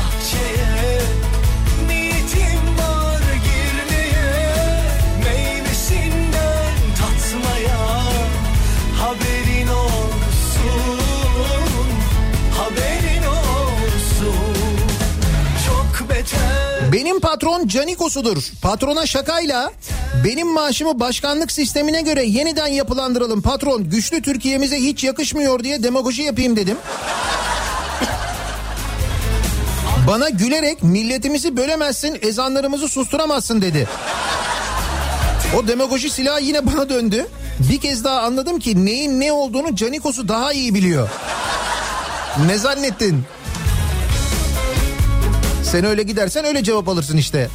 Benim patron Canikosu'dur. Patrona şakayla benim maaşımı başkanlık sistemine göre yeniden yapılandıralım patron, güçlü Türkiye'mize hiç yakışmıyor diye demagoji yapayım dedim. Bana gülerek milletimizi bölemezsin, ezanlarımızı susturamazsın dedi. O demagoji silahı yine bana döndü. Bir kez daha anladım ki neyin ne olduğunu Canikosu daha iyi biliyor. Ne zannettin? Sen öyle gidersen öyle cevap alırsın işte.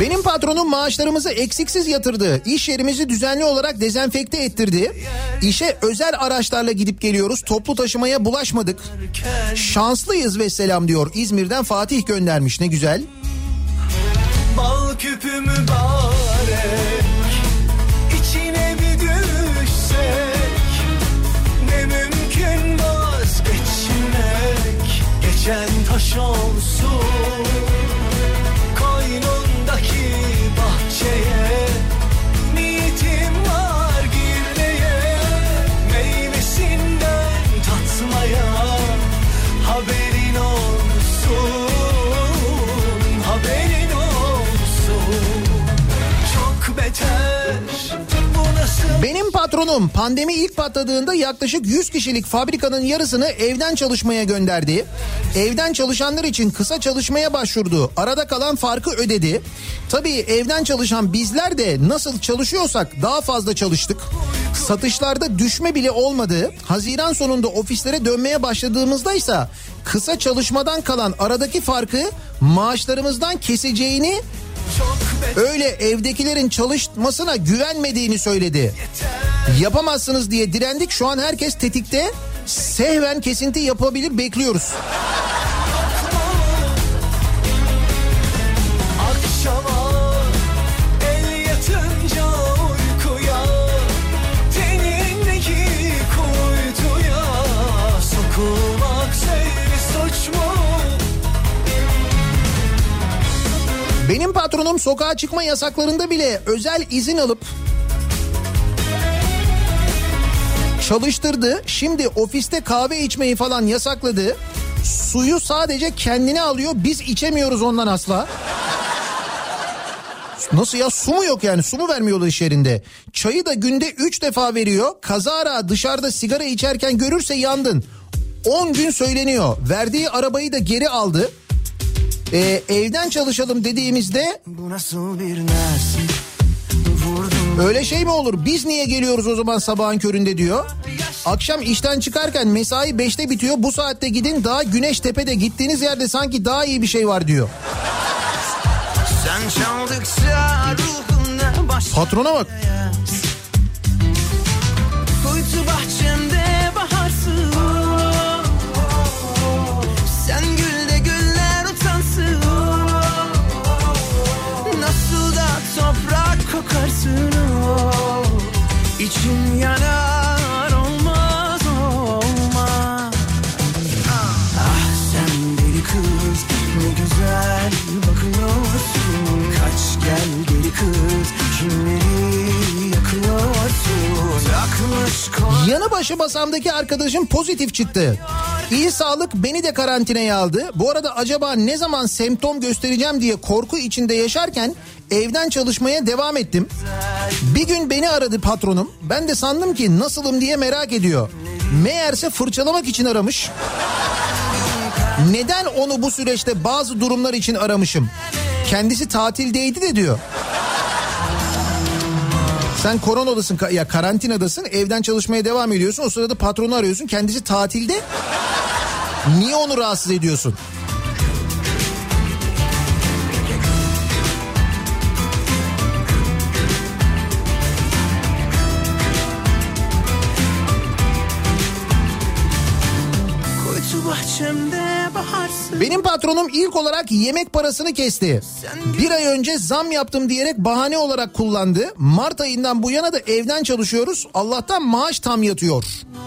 Benim patronum maaşlarımızı eksiksiz yatırdı. İş yerimizi düzenli olarak dezenfekte ettirdi. İşe özel araçlarla gidip geliyoruz. Toplu taşımaya bulaşmadık. Şanslıyız ve selam diyor. İzmir'den Fatih göndermiş. Ne güzel.
Bal küpü mübarek, içine bir düşsek, ne mümkün vazgeçmek, geçen taş olsun, koynundaki bahçeye, niyetim var girmeye, meyvesinden tatmaya, haberin olsun, haberin çok beter. Bu nasıl?
Benim patronum pandemi ilk patladığında yaklaşık 100 kişilik fabrikanın yarısını evden çalışmaya gönderdi. Evden çalışanlar için kısa çalışmaya başvurdu. Arada kalan farkı ödedi. Tabii evden çalışan bizler de nasıl çalışıyorsak daha fazla çalıştık. Satışlarda düşme bile olmadı. Haziran sonunda ofislere dönmeye başladığımızda ise kısa çalışmadan kalan aradaki farkı maaşlarımızdan keseceğini, öyle evdekilerin çalışmasına güvenmediğini söyledi. Yapamazsınız diye direndik. Şu an herkes tetikte. Sehven kesinti yapabilir, bekliyoruz.
Akşama el yatınca uykuya, tenindeki kuytuya sokulmak seni suç mu?
Benim patronum sokağa çıkma yasaklarında bile özel izin alıp çalıştırdı. Şimdi ofiste kahve içmeyi falan yasakladı. Suyu sadece kendine alıyor. Biz içemiyoruz ondan asla. Nasıl ya, su mu yok yani, su mu vermiyorlar iş yerinde? Çayı da günde 3 defa veriyor. Kazara dışarıda sigara içerken görürse yandın. 10 gün söyleniyor. Verdiği arabayı da geri aldı. Evden çalışalım dediğimizde
Bu nasıl bir nersin?
öyle şey mi olur? Biz niye geliyoruz o zaman sabahın köründe diyor. Akşam işten çıkarken mesai 5'te bitiyor. Bu saatte gidin, daha güneş tepede, gittiğiniz yerde sanki daha iyi bir şey var diyor.
Sen çaldıkça ruhumda başlıyor.
Patrona bak.
Kuytu bahçemde baharsın. Sen gül de güller utansın. Nasıl da toprak kokarsın. İçim yanar, olmaz olmaz. Ah sen deli kız, ne güzel bakıyorsun. Kaç gel deli kız, kimleri yakıyorsun. Takmış
Yanı başı masamdaki arkadaşım pozitif çıktı. İyi sağlık beni de karantinaya aldı. Bu arada acaba ne zaman semptom göstereceğim diye korku içinde yaşarken evden çalışmaya devam ettim. Bir gün beni aradı patronum. Ben de sandım ki nasılım diye merak ediyor. Meğerse fırçalamak için aramış. Neden onu bu süreçte bazı durumlar için aramışım? Kendisi tatildeydi de diyor. Sen koronadasın ya, karantinadasın, evden çalışmaya devam ediyorsun. O sırada patronu arıyorsun, kendisi tatilde. Niye onu rahatsız ediyorsun? Benim patronum ilk olarak yemek parasını kesti. Bir ay önce zam yaptım diyerek bahane olarak kullandı. Mart ayından bu yana da evden çalışıyoruz. Allah'tan maaş tam yatıyor.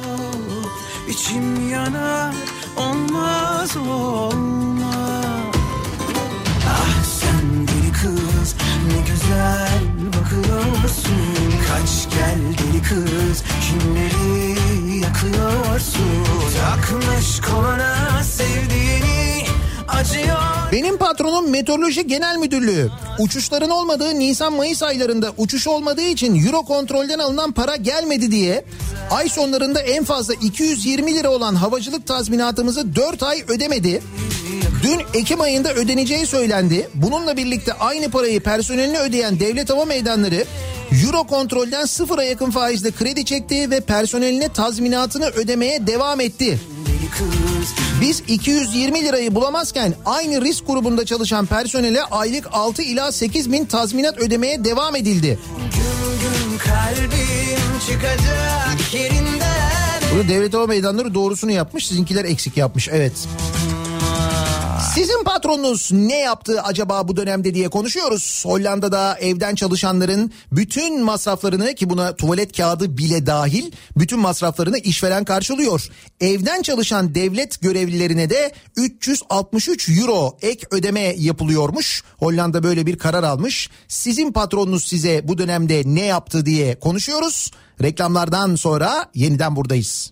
İçim yanar, olmaz olmaz. Ah sen deli kız, ne güzel bakıyorsun. Kaç gel deli kız, kimleri yakıyorsun. Takmış koluna sevdiğini, acıyor.
Benim patronum Meteoroloji Genel Müdürlüğü. Uçuşların olmadığı Nisan-Mayıs aylarında uçuş olmadığı için Eurocontrol'den alınan para gelmedi diye ay sonlarında en fazla 220 lira olan havacılık tazminatımızı 4 ay ödemedi. Dün Ekim ayında ödeneceği söylendi. Bununla birlikte aynı parayı personeline ödeyen devlet hava meydanları Eurocontrol'den sıfıra yakın faizle kredi çekti ve personeline tazminatını ödemeye devam etti.
Deli kız,
Biz 220 lirayı bulamazken aynı risk grubunda çalışan personele aylık 6 ila 8 bin tazminat ödemeye devam edildi.
Gün kalbim çıkacak yerinden.
Bunu Devlet Hava Meydanları doğrusunu yapmış, sizinkiler eksik yapmış, evet. Sizin patronunuz ne yaptı acaba bu dönemde diye konuşuyoruz. Hollanda'da evden çalışanların bütün masraflarını, ki buna tuvalet kağıdı bile dahil, bütün masraflarını işveren karşılıyor. Evden çalışan devlet görevlilerine de 363 euro ek ödeme yapılıyormuş. Hollanda böyle bir karar almış. Sizin patronunuz size bu dönemde ne yaptı diye konuşuyoruz. Reklamlardan sonra yeniden buradayız.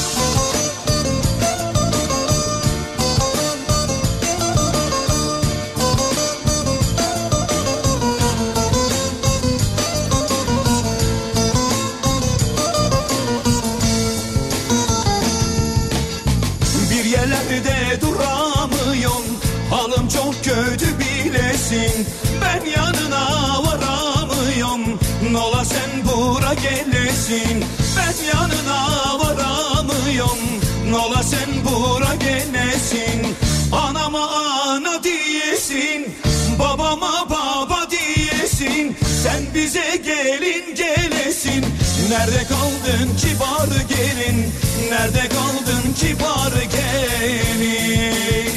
Yerlerde duramıyorum, halim çok kötü bilesin. Ben yanına varamıyorum, nola sen bura gelesin. Ben yanına varamıyorum, nola sen bura gelesin. Anama ana diyesin, babama baba diyesin. Sen bize gelin gelesin. Nerede kaldın kibar gelin? Nerede kaldın kibar gelin?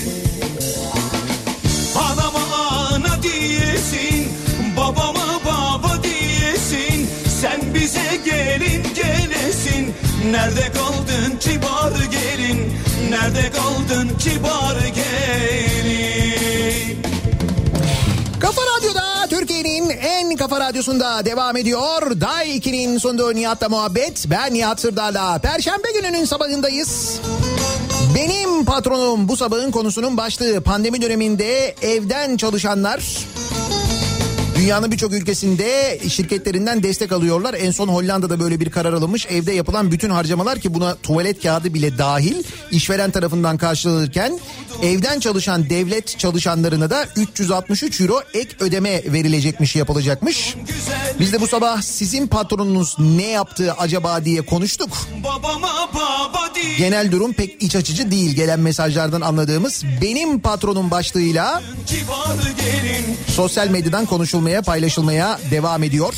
Anama ana diyesin, babama baba diyesin. Sen bize gelin gelesin. Nerede kaldın kibar gelin? Nerede kaldın kibar gelin?
Kafa Radyo'da, Türkiye'nin en kafa radyosunda devam ediyor. Day 2'nin sunduğu Nihat'la muhabbet. Ben Nihat Sırdar'la. Perşembe gününün sabahındayız. Benim patronum bu sabahın konusunun başlığı. Pandemi döneminde evden çalışanlar dünyanın birçok ülkesinde şirketlerinden destek alıyorlar. En son Hollanda'da böyle bir karar alınmış. Evde yapılan bütün harcamalar, ki buna tuvalet kağıdı bile dahil, işveren tarafından karşılanırken evden çalışan devlet çalışanlarına da 363 euro ek ödeme verilecekmiş, yapılacakmış. Biz de bu sabah sizin patronunuz ne yaptı acaba diye konuştuk. Genel durum pek iç açıcı değil, gelen mesajlardan anladığımız. Benim patronum başlığıyla sosyal medyadan konuşulmaya, paylaşılmaya devam ediyor.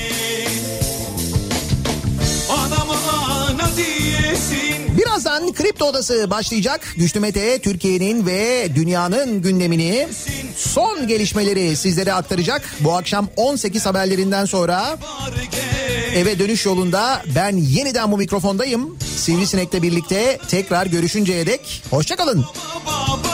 Birazdan Kripto Odası başlayacak. Güçlü Mete Türkiye'nin ve dünyanın gündemini, son gelişmeleri sizlere aktaracak. Bu akşam 18 haberlerinden sonra eve dönüş yolunda ben yeniden bu mikrofondayım. Sivrisinek'le birlikte tekrar görüşünceye dek hoşça kalın.